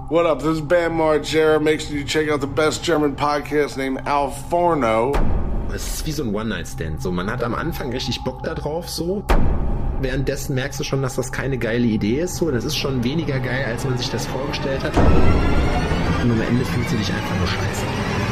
What up? This is Bam Margera. Make sure you check out the best German podcast named Al Forno. Es ist wie so ein One-Night-Stand. So, man hat am Anfang richtig Bock da drauf, so. Währenddessen merkst du schon, dass das keine geile Idee ist. So, das ist schon weniger geil, als man sich das vorgestellt hat. Und am Ende fühlt sie dich einfach nur scheiße.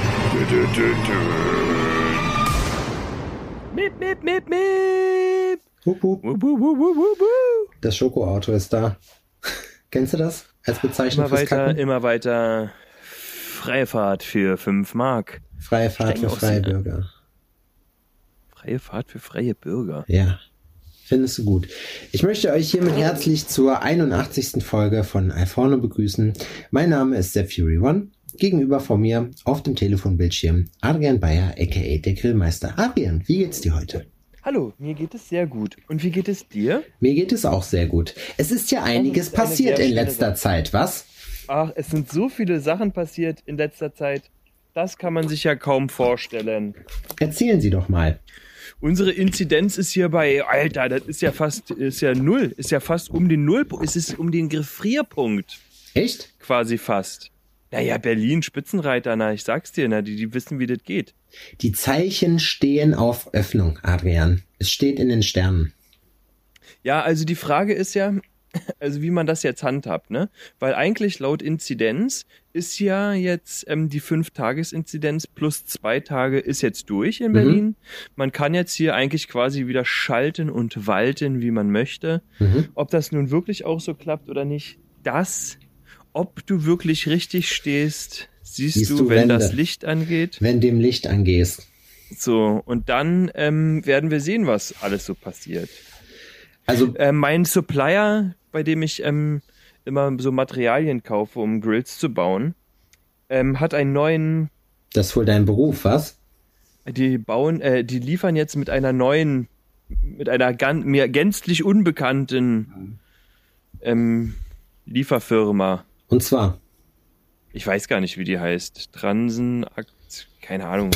Mip, mip, mip, mip. Hup, hup. Wup, wup, wup, wup, wup, wup. Das Schokoauto ist da. Kennst du das? Als Bezeichnung fürs Kacken? Immer weiter. Freie Fahrt für 5 Mark. Freie Fahrt für freie Bürger. Freie Fahrt für freie Bürger. Ja, findest du gut. Ich möchte euch hiermit herzlich zur 81. Folge von iPhone begrüßen. Mein Name ist der Fury One. Gegenüber von mir auf dem Telefonbildschirm Adrian Bayer, a.k.a. der Grillmeister. Adrian, wie geht's dir heute? Hallo, mir geht es sehr gut. Und wie geht es dir? Mir geht es auch sehr gut. Es ist ja einiges passiert in letzter Zeit, was? Ach, es sind so viele Sachen passiert in letzter Zeit. Das kann man sich ja kaum vorstellen. Erzählen Sie doch mal. Unsere Inzidenz ist hier bei, Alter, das ist ja fast um den Null, es ist um den Gefrierpunkt. Echt? Quasi fast. Naja, Berlin, Spitzenreiter, na, ich sag's dir, na, die wissen, wie das geht. Die Zeichen stehen auf Öffnung, Adrian. Es steht in den Sternen. Ja, also die Frage ist ja, also wie man das jetzt handhabt, ne? Weil eigentlich laut Inzidenz ist ja jetzt die 5-Tages-Inzidenz plus 2 Tage ist jetzt durch in Berlin. Man kann jetzt hier eigentlich quasi wieder schalten und walten, wie man möchte. Ob das nun wirklich auch so klappt oder nicht, ob du wirklich richtig stehst, siehst du, wenn das Licht angeht. Wenn dem Licht angehst. So, und dann werden wir sehen, was alles so passiert. Also mein Supplier, bei dem ich immer so Materialien kaufe, um Grills zu bauen, hat einen neuen... Das ist wohl dein Beruf, was? Die liefern jetzt mit einer mir gänzlich unbekannten Lieferfirma. Und zwar? Ich weiß gar nicht, wie die heißt. Keine Ahnung.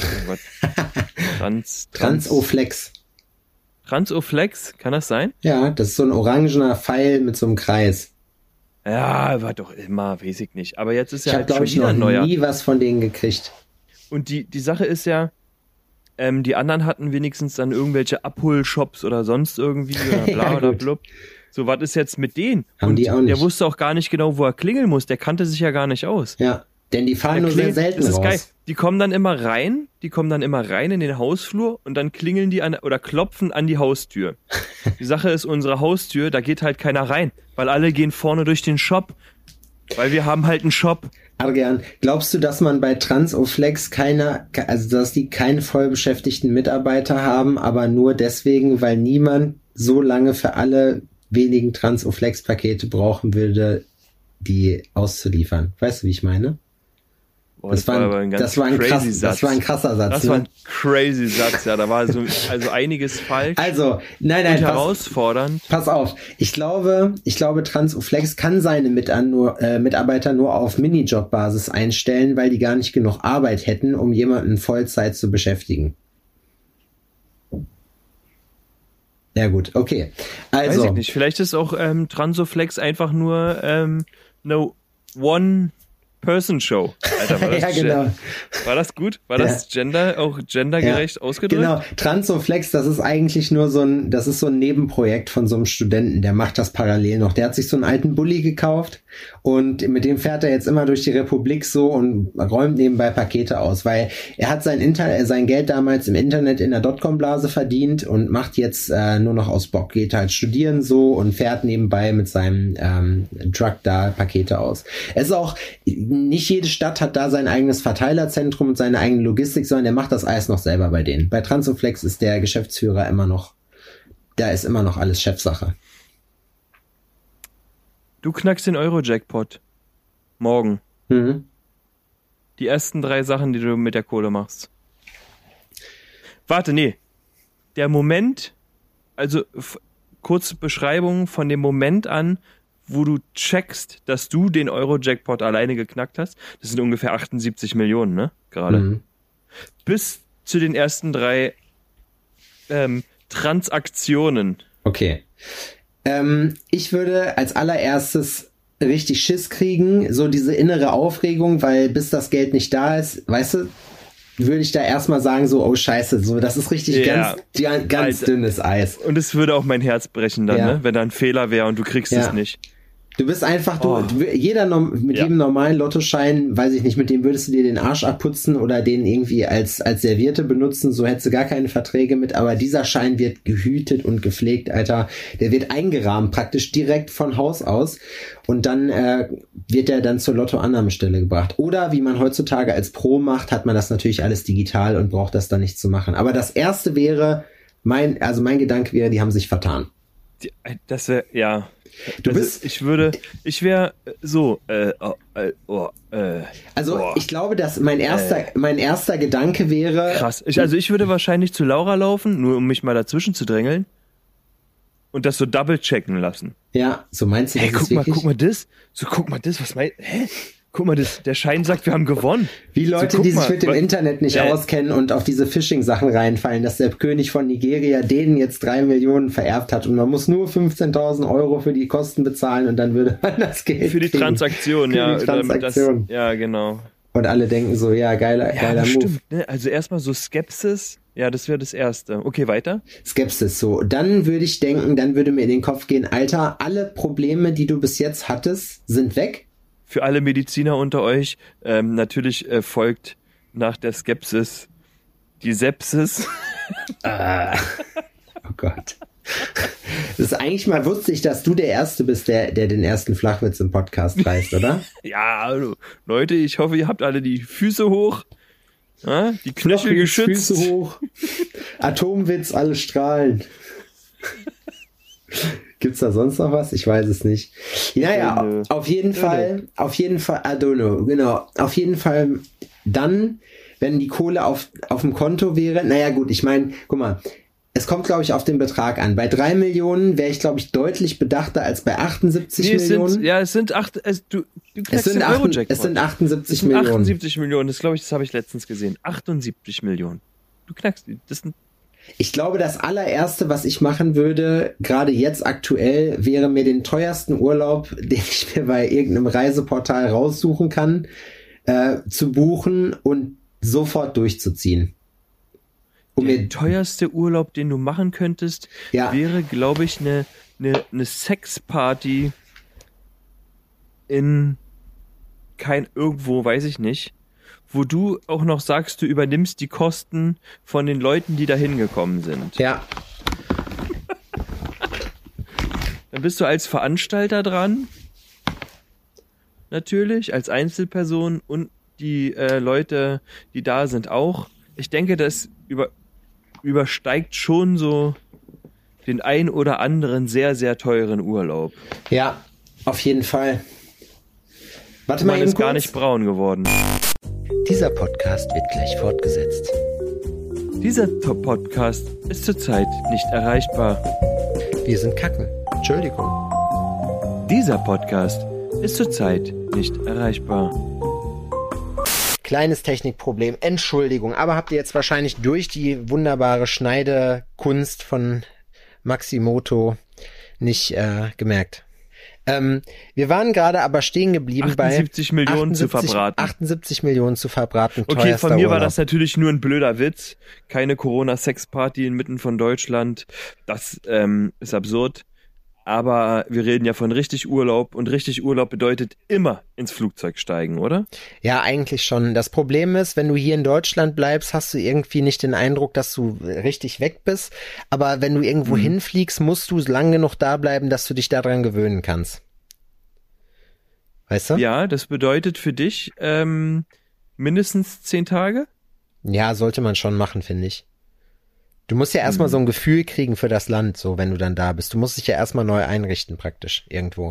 Transoflex. Transoflex, kann das sein? Ja, das ist so ein orangener Pfeil mit so einem Kreis. Ja, war doch immer, weiß ich nicht. Aber jetzt ist ja halt schon wieder ein neuer. Ich habe, glaube ich, noch nie was von denen gekriegt. Und die Sache ist ja, die anderen hatten wenigstens dann irgendwelche Abholshops oder sonst irgendwie oder bla ja, oder blub. So, was ist jetzt mit denen? Haben die auch nicht. Der wusste auch gar nicht genau, wo er klingeln muss. Der kannte sich ja gar nicht aus. Ja, denn die fahren nur sehr selten raus. Das ist geil. Die kommen dann immer rein in den Hausflur und dann klingeln die oder klopfen an die Haustür. Die Sache ist, unsere Haustür, da geht halt keiner rein, weil alle gehen vorne durch den Shop, weil wir haben halt einen Shop. Adrian, glaubst du, dass man bei Transoflex dass die keine vollbeschäftigten Mitarbeiter haben, aber nur deswegen, weil niemand so lange für alle wenigen Transoflex-Pakete brauchen würde, die auszuliefern? Weißt du, wie ich meine? Boah, das war ein krasser Satz. Das war ein krasser Satz. Das war ein crazy Satz, ja. Da war also einiges falsch. Also, nein, und herausfordernd. Pass auf. Ich glaube, Transoflex kann seine Mitarbeiter nur auf Minijob-Basis einstellen, weil die gar nicht genug Arbeit hätten, um jemanden Vollzeit zu beschäftigen. Ja gut, okay. Also, weiß ich nicht. Vielleicht ist auch Transoflex einfach nur eine One-Person-Show. Alter, war das ja, genau. War das gut? War das gendergerecht ausgedrückt? Genau. Transoflex, das ist eigentlich nur so ein Nebenprojekt von so einem Studenten, der macht das parallel noch. Der hat sich so einen alten Bulli gekauft und mit dem fährt er jetzt immer durch die Republik so und räumt nebenbei Pakete aus, weil er hat sein Geld damals im Internet in der Dotcom-Blase verdient und macht jetzt nur noch aus Bock, geht halt studieren so und fährt nebenbei mit seinem Truck da Pakete aus. Es ist auch, nicht jede Stadt hat da sein eigenes Verteilerzentrum und seine eigene Logistik, sondern der macht das alles noch selber bei denen. Bei Transoflex ist der Geschäftsführer da ist immer noch alles Chefsache. Du knackst den Euro-Jackpot. Morgen. Die ersten 3 Sachen, die du mit der Kohle machst. Warte, nee. Der Moment, also kurze Beschreibung von dem Moment an, wo du checkst, dass du den Euro-Jackpot alleine geknackt hast. Das sind ungefähr 78 Millionen, ne? Gerade. Bis zu den ersten 3 Transaktionen. Okay. Ich würde als allererstes richtig Schiss kriegen, so diese innere Aufregung, weil bis das Geld nicht da ist, weißt du, würde ich da erstmal sagen, so, oh Scheiße, so, das ist richtig ganz dünnes Eis. Und es würde auch mein Herz brechen dann, ne? Wenn da ein Fehler wäre und du kriegst es nicht. Du bist einfach, jedem normalen Lottoschein, weiß ich nicht, mit dem würdest du dir den Arsch abputzen oder den irgendwie als Serviette benutzen, so hättest du gar keine Verträge mit, aber dieser Schein wird gehütet und gepflegt, Alter. Der wird eingerahmt, praktisch direkt von Haus aus und dann wird der dann zur Lottoannahmestelle gebracht. Oder wie man heutzutage als Pro macht, hat man das natürlich alles digital und braucht das dann nicht zu machen. Aber das erste wäre, mein Gedanke wäre, die haben sich vertan. Das wäre, ja. Ich glaube, dass mein erster Gedanke wäre. Krass. Ich würde wahrscheinlich zu Laura laufen, nur um mich mal dazwischen zu drängeln. Und das so double checken lassen. Ja, so meinst du das? Guck mal das. So, guck mal das, was meinst du? Hä? Guck mal, der Schein sagt, wir haben gewonnen. Wie Leute, die sich mit dem Internet nicht auskennen und auf diese Phishing-Sachen reinfallen, dass der König von Nigeria denen jetzt 3 Millionen vererbt hat und man muss nur 15.000 Euro für die Kosten bezahlen und dann würde man das Geld für die Transaktion, Transaktion. Ja, genau. Und alle denken so, ja, geiler Move. Stimmt, ne? Also erstmal so Skepsis. Ja, das wäre das Erste. Okay, weiter. Skepsis, so. Dann würde ich denken, dann würde mir in den Kopf gehen, Alter, alle Probleme, die du bis jetzt hattest, sind weg. Für alle Mediziner unter euch, natürlich folgt nach der Skepsis die Sepsis. Oh Gott. Das ist eigentlich mal wusste dass du der Erste bist, der den ersten Flachwitz im Podcast reißt, oder? Ja, also, Leute, ich hoffe, ihr habt alle die Füße hoch, die Knöchel geschützt. Füße hoch. Atomwitz, alle strahlen. Gibt's da sonst noch was? Ich weiß es nicht. Naja, auf jeden Fall, Adorno, genau. Auf jeden Fall dann, wenn die Kohle auf dem Konto wäre, naja gut, ich meine, guck mal, es kommt, glaube ich, auf den Betrag an. Bei 3 Millionen wäre ich, glaube ich, deutlich bedachter als bei 78 Millionen. Es sind 78 Millionen. 78 Millionen, das glaube ich, das habe ich letztens gesehen. 78 Millionen. Du knackst die. Ich glaube, das allererste, was ich machen würde, gerade jetzt aktuell, wäre mir den teuersten Urlaub, den ich mir bei irgendeinem Reiseportal raussuchen kann, zu buchen und sofort durchzuziehen. Der teuerste Urlaub, den du machen könntest, wäre, glaube ich, eine Sexparty in irgendwo, weiß ich nicht, wo du auch noch sagst, du übernimmst die Kosten von den Leuten, die da hingekommen sind. Ja. Dann bist du als Veranstalter dran, natürlich, als Einzelperson und die Leute, die da sind auch. Ich denke, das übersteigt schon so den ein oder anderen sehr, sehr teuren Urlaub. Ja, auf jeden Fall. Warte mal, man ist gar nicht braun geworden. Dieser Podcast wird gleich fortgesetzt. Dieser Podcast ist zurzeit nicht erreichbar. Wir sind Kacken. Entschuldigung. Dieser Podcast ist zurzeit nicht erreichbar. Kleines Technikproblem, Entschuldigung, aber habt ihr jetzt wahrscheinlich durch die wunderbare Schneidekunst von Maximoto nicht gemerkt. Wir waren gerade aber stehen geblieben 78 Millionen zu verbraten. 78 Millionen zu verbraten. Okay, von mir war das natürlich nur ein blöder Witz. Keine Corona-Sex-Party inmitten von Deutschland. Das ist absurd. Aber wir reden ja von richtig Urlaub und richtig Urlaub bedeutet immer ins Flugzeug steigen, oder? Ja, eigentlich schon. Das Problem ist, wenn du hier in Deutschland bleibst, hast du irgendwie nicht den Eindruck, dass du richtig weg bist. Aber wenn du irgendwo hinfliegst, musst du lang genug da bleiben, dass du dich daran gewöhnen kannst. Weißt du? Ja, das bedeutet für dich mindestens 10 Tage? Ja, sollte man schon machen, finde ich. Du musst ja erstmal so ein Gefühl kriegen für das Land, so wenn du dann da bist. Du musst dich ja erstmal neu einrichten, praktisch, irgendwo.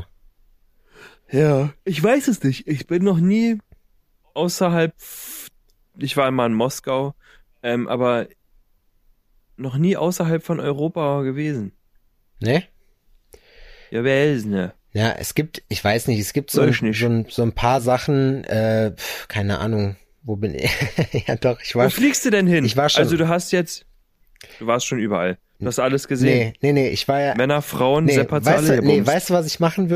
Ja, ich weiß es nicht. Ich bin noch nie außerhalb, ich war einmal in Moskau, aber noch nie außerhalb von Europa gewesen. Ne? Ja, wer ist ne? Ja, ich weiß nicht, es gibt so ein paar Sachen, keine Ahnung, wo bin ich? Ja doch, ich war. Wo fliegst du denn hin? Ich war schon. Also du warst schon überall. Du hast alles gesehen. Nee, ich war ja. Männer, Frauen, weißt du, was ich machen würde?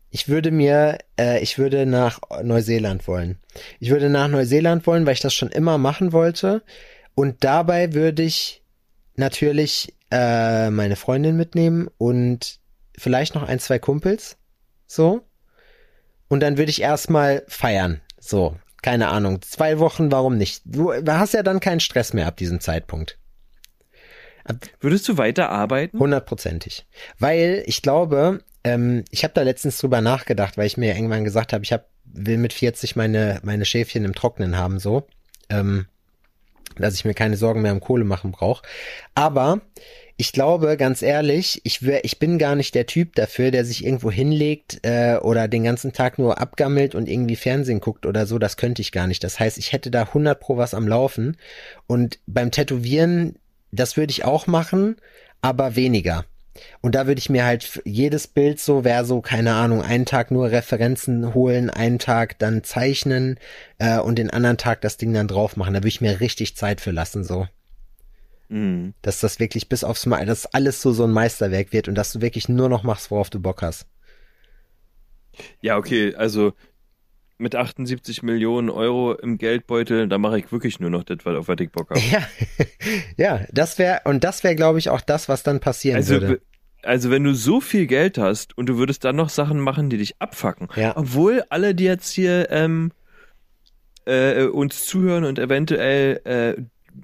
ich würde nach Neuseeland wollen. Ich würde nach Neuseeland wollen, weil ich das schon immer machen wollte. Und dabei würde ich natürlich meine Freundin mitnehmen und vielleicht noch 1, 2 Kumpels. So. Und dann würde ich erstmal feiern. So. Keine Ahnung. 2 Wochen, warum nicht? Du hast ja dann keinen Stress mehr ab diesem Zeitpunkt. Würdest du weiter arbeiten? 100%. Weil ich glaube, ich habe da letztens drüber nachgedacht, weil ich mir irgendwann gesagt habe, will mit 40 meine Schäfchen im Trocknen haben, so. Dass ich mir keine Sorgen mehr um Kohle machen brauche. Aber ich glaube, ganz ehrlich, ich bin gar nicht der Typ dafür, der sich irgendwo hinlegt oder den ganzen Tag nur abgammelt und irgendwie Fernsehen guckt oder so. Das könnte ich gar nicht. Das heißt, ich hätte da 100% was am Laufen. Und beim Tätowieren, das würde ich auch machen, aber weniger. Und da würde ich mir halt jedes Bild wäre so, keine Ahnung, einen Tag nur Referenzen holen, einen Tag dann zeichnen und den anderen Tag das Ding dann drauf machen. Da würde ich mir richtig Zeit für lassen, so. Mhm. Dass das wirklich dass alles so ein Meisterwerk wird und dass du wirklich nur noch machst, worauf du Bock hast. Ja, okay, also mit 78 Millionen Euro im Geldbeutel, da mache ich wirklich nur noch das, auf was ich Bock habe. Ja, das wäre, glaube ich, auch das, was dann passieren würde. Also wenn du so viel Geld hast und du würdest dann noch Sachen machen, die dich abfacken, obwohl alle, die jetzt hier uns zuhören und eventuell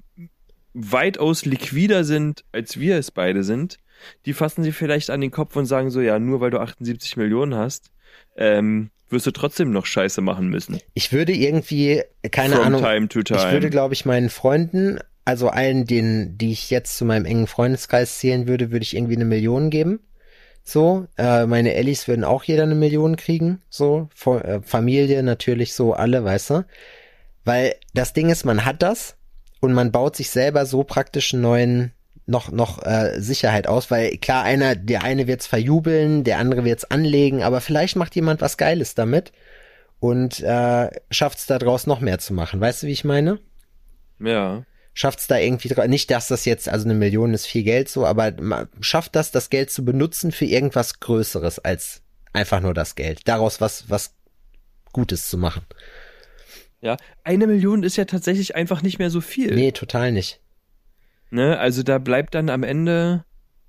weitaus liquider sind, als wir es beide sind, die fassen sich vielleicht an den Kopf und sagen so, ja, nur weil du 78 Millionen hast, wirst du trotzdem noch Scheiße machen müssen. Ich würde irgendwie, keine Ahnung, time to time. Ich würde, glaube ich, meinen Freunden, also allen die ich jetzt zu meinem engen Freundeskreis zählen würde ich irgendwie 1 Million geben. So, meine Ellis würden auch jeder 1 Million kriegen, so, Familie natürlich so, alle, weißt du? Weil das Ding ist, man hat das und man baut sich selber so praktisch einen neuen noch Sicherheit aus, weil klar, der eine wird's verjubeln, der andere wird's anlegen, aber vielleicht macht jemand was Geiles damit und schafft's da draus noch mehr zu machen. Weißt du, wie ich meine? Ja. Schafft's da irgendwie, nicht, dass das jetzt, also 1 Million ist viel Geld so, aber schafft das Geld zu benutzen für irgendwas Größeres als einfach nur das Geld. Daraus was Gutes zu machen. Ja, 1 Million ist ja tatsächlich einfach nicht mehr so viel. Nee, total nicht. Ne, also da bleibt dann am Ende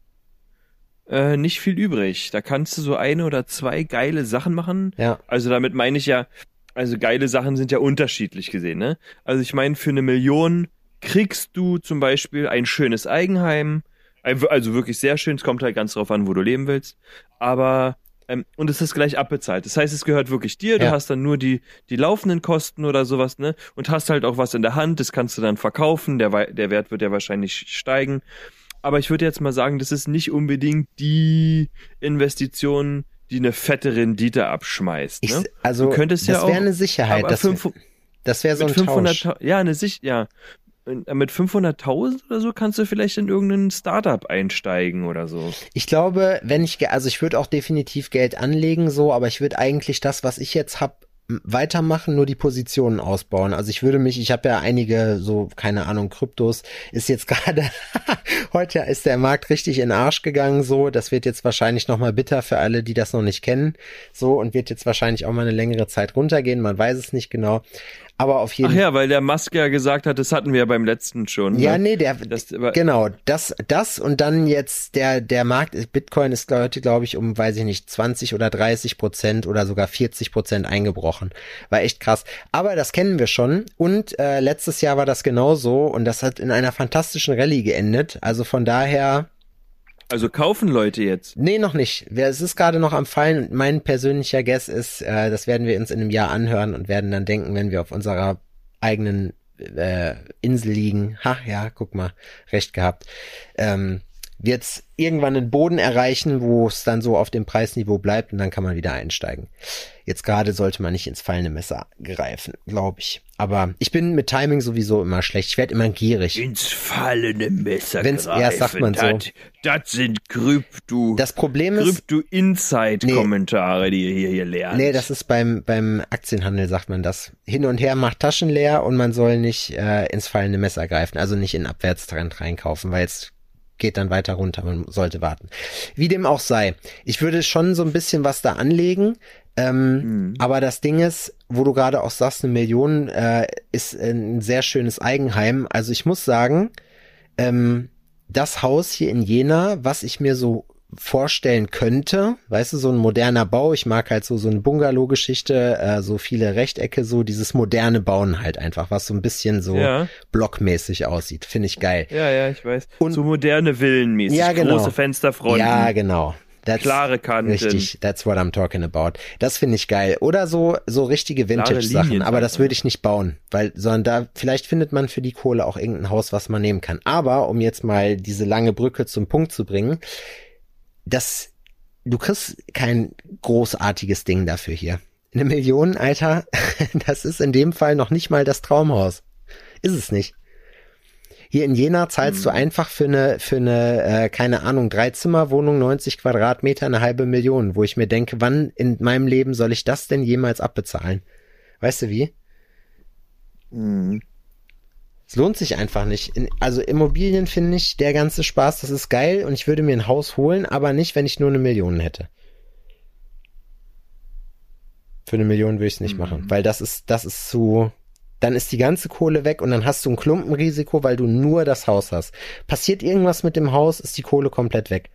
nicht viel übrig. Da kannst du so 1 oder 2 geile Sachen machen. Ja. Also damit meine ich ja, also geile Sachen sind ja unterschiedlich gesehen, ne? Also ich meine, für 1 Million kriegst du zum Beispiel ein schönes Eigenheim, also wirklich sehr schön, es kommt halt ganz drauf an, wo du leben willst, aber und es ist gleich abbezahlt. Das heißt, es gehört wirklich dir, du hast dann nur die laufenden Kosten oder sowas, ne? Und hast halt auch was in der Hand, das kannst du dann verkaufen, der Wert wird ja wahrscheinlich steigen. Aber ich würde jetzt mal sagen, das ist nicht unbedingt die Investition, die eine fette Rendite abschmeißt. Ne? Also, das wäre eine Sicherheit. Das wäre so ein Tausch. Ja, mit 500.000 oder so kannst du vielleicht in irgendein Startup einsteigen oder so. Ich glaube, ich würde auch definitiv Geld anlegen, so, aber ich würde eigentlich das, was ich jetzt habe, weitermachen, nur die Positionen ausbauen. Also ich habe ja einige so, keine Ahnung, Kryptos, ist jetzt gerade, heute ist der Markt richtig in den Arsch gegangen, so, das wird jetzt wahrscheinlich nochmal bitter für alle, die das noch nicht kennen, so, und wird jetzt wahrscheinlich auch mal eine längere Zeit runtergehen, man weiß es nicht genau. Aber auf jeden Fall. Ach ja, weil der Musk ja gesagt hat, das hatten wir ja beim letzten schon. Ja, ne? Genau, das und dann jetzt der Markt, Bitcoin ist heute, glaube ich, um, weiß ich nicht, 20 oder 30% oder sogar 40% eingebrochen. War echt krass. Aber das kennen wir schon und letztes Jahr war das genauso und das hat in einer fantastischen Rallye geendet. Also von daher... Also kaufen Leute jetzt? Nee, noch nicht. Es ist gerade noch am Fallen und mein persönlicher Guess ist, das werden wir uns in einem Jahr anhören und werden dann denken, wenn wir auf unserer eigenen Insel liegen, guck mal, recht gehabt, wird es irgendwann einen Boden erreichen, wo es dann so auf dem Preisniveau bleibt und dann kann man wieder einsteigen. Jetzt gerade sollte man nicht ins fallende Messer greifen, glaube ich. Aber ich bin mit Timing sowieso immer schlecht. Ich werde immer gierig. Ins fallende Messer greifen. Ja, sagt man so. Das sind Krypto. Das Problem ist Krypto-Inside-Kommentare, die ihr hier lernt. Nee, das ist beim Aktienhandel sagt man das. Hin und her macht Taschen leer und man soll nicht ins fallende Messer greifen. Also nicht in Abwärtstrend reinkaufen, weil jetzt geht dann weiter runter, man sollte warten. Wie dem auch sei, ich würde schon so ein bisschen was da anlegen, aber das Ding ist, wo du gerade auch sagst, 1 Million ist ein sehr schönes Eigenheim. Also ich muss sagen, das Haus hier in Jena, was ich mir so vorstellen könnte, weißt du, so ein moderner Bau, ich mag halt so eine Bungalow-Geschichte, so viele Rechtecke, so dieses moderne Bauen halt einfach, was so ein bisschen so blockmäßig aussieht, finde ich geil. Ja, ich weiß. Und so moderne Villenmäßig, ja, genau. Große Fensterfronten. Ja, genau. Klare Kanten. Richtig, that's what I'm talking about. Das finde ich geil. Oder so richtige Vintage-Sachen, aber das würde ich nicht bauen, sondern da, vielleicht findet man für die Kohle auch irgendein Haus, was man nehmen kann. Aber, um jetzt mal diese lange Brücke zum Punkt zu bringen, du kriegst kein großartiges Ding dafür hier. 1 Million, Alter, das ist in dem Fall noch nicht mal das Traumhaus. Ist es nicht. Hier in Jena zahlst du einfach für eine, keine Ahnung, 3-Zimmer-Wohnung, 90 Quadratmeter, 500.000, wo ich mir denke, wann in meinem Leben soll ich das denn jemals abbezahlen? Weißt du wie? Es lohnt sich einfach nicht. Also Immobilien finde ich, der ganze Spaß, das ist geil und ich würde mir ein Haus holen, aber nicht, wenn ich nur 1 Million hätte. Für 1 Million würde ich es nicht machen, weil das ist zu, dann ist die ganze Kohle weg und dann hast du ein Klumpenrisiko, weil du nur das Haus hast. Passiert irgendwas mit dem Haus, ist die Kohle komplett weg.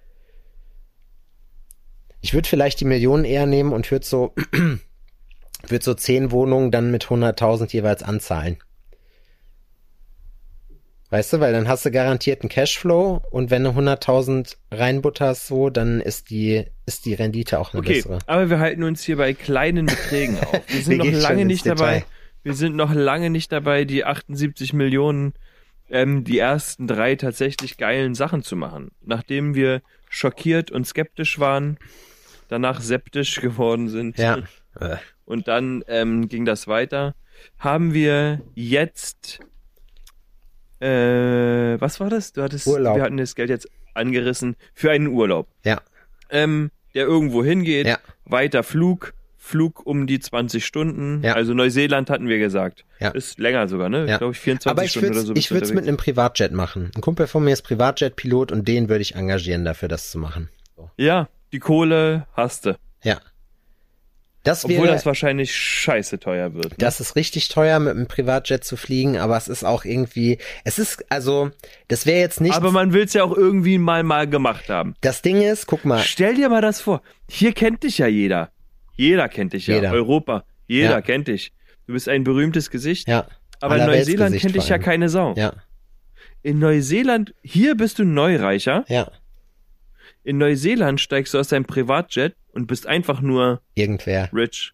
Ich würde vielleicht die Millionen eher nehmen und würde so 10 Wohnungen dann mit 100.000 jeweils anzahlen. Weißt du, weil dann hast du garantiert einen Cashflow und wenn du 100.000 reinbutterst so, dann ist die Rendite auch eine bessere. Okay, aber wir halten uns hier bei kleinen Beträgen auf. Wir sind noch lange nicht dabei. Wir sind noch lange nicht dabei, die 78 Millionen, die ersten 3 tatsächlich geilen Sachen zu machen. Nachdem wir schockiert und skeptisch waren, danach septisch geworden sind. Ja. Und dann ging das weiter. Haben wir jetzt was war das? Urlaub. Wir hatten das Geld jetzt angerissen für einen Urlaub. Ja. Der irgendwo hingeht. Ja. Weiter Flug um die 20 Stunden. Ja. Also Neuseeland hatten wir gesagt. Ja. Ist länger sogar, ne? Ja. Glaube ich 24 Stunden oder so. Ich würde es mit einem Privatjet machen. Ein Kumpel von mir ist Privatjet-Pilot und den würde ich engagieren dafür, das zu machen. So. Ja, die Kohle hast du. Ja. Obwohl das wahrscheinlich scheiße teuer wird. Ne? Das ist richtig teuer, mit einem Privatjet zu fliegen, aber es ist auch irgendwie, das wäre jetzt nicht... Aber man will es ja auch irgendwie mal gemacht haben. Das Ding ist, guck mal. Stell dir mal das vor. Hier kennt dich ja jeder. Jeder kennt dich ja. Europa. Jeder kennt dich. Du bist ein berühmtes Gesicht. Ja. Aber in Neuseeland kennt dich ja keine Sau. Ja. In Neuseeland, hier bist du Neureicher. Ja. In Neuseeland steigst du aus deinem Privatjet und bist einfach nur irgendwer rich.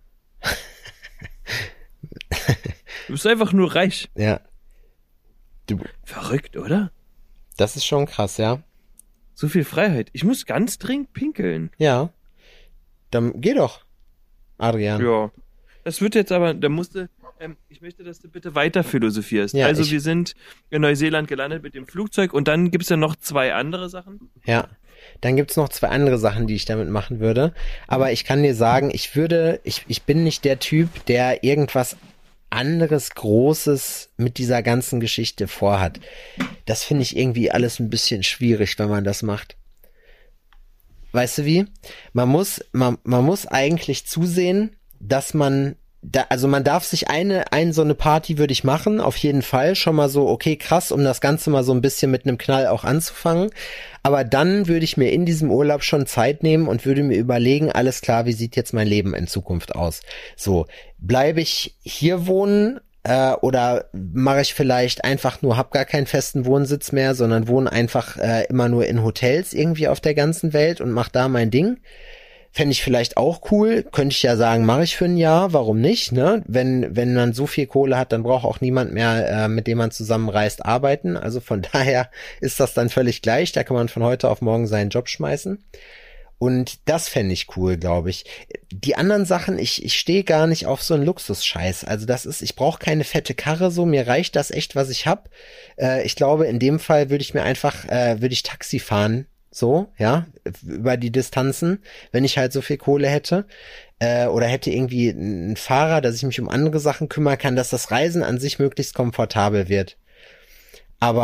Du bist einfach nur reich. Ja. Verrückt, oder? Das ist schon krass, ja. So viel Freiheit. Ich muss ganz dringend pinkeln. Ja. Dann geh doch, Adrian. Ja. Das wird jetzt aber, ich möchte, dass du bitte weiter philosophierst. Ja, also wir sind in Neuseeland gelandet mit dem Flugzeug und dann gibt's ja noch 2 andere Sachen. Ja. Dann gibt's noch 2 andere Sachen, die ich damit machen würde. Aber ich kann dir sagen, ich bin nicht der Typ, der irgendwas anderes Großes mit dieser ganzen Geschichte vorhat. Das finde ich irgendwie alles ein bisschen schwierig, wenn man das macht. Weißt du wie? Man muss eigentlich zusehen, dass man darf sich so eine Party würde ich machen, auf jeden Fall, schon mal so, okay, krass, um das Ganze mal so ein bisschen mit einem Knall auch anzufangen, aber dann würde ich mir in diesem Urlaub schon Zeit nehmen und würde mir überlegen, alles klar, wie sieht jetzt mein Leben in Zukunft aus? So, bleibe ich hier wohnen, oder mache ich vielleicht einfach nur, hab gar keinen festen Wohnsitz mehr, sondern wohne einfach immer nur in Hotels irgendwie auf der ganzen Welt und mach da mein Ding? Fände ich vielleicht auch cool. Könnte ich ja sagen, mache ich für ein Jahr, warum nicht, ne? Wenn man so viel Kohle hat, dann braucht auch niemand mehr, mit dem man zusammenreist, arbeiten. Also von daher ist das dann völlig gleich. Da kann man von heute auf morgen seinen Job schmeißen. Und das fände ich cool, glaube ich. Die anderen Sachen, ich stehe gar nicht auf so einen Luxusscheiß. Also ich brauche keine fette Karre so, mir reicht das echt, was ich hab. Ich glaube, in dem Fall würde ich Taxi fahren, so, ja, über die Distanzen, wenn ich halt so viel Kohle hätte. Oder hätte irgendwie einen Fahrer, dass ich mich um andere Sachen kümmern kann, dass das Reisen an sich möglichst komfortabel wird. Aber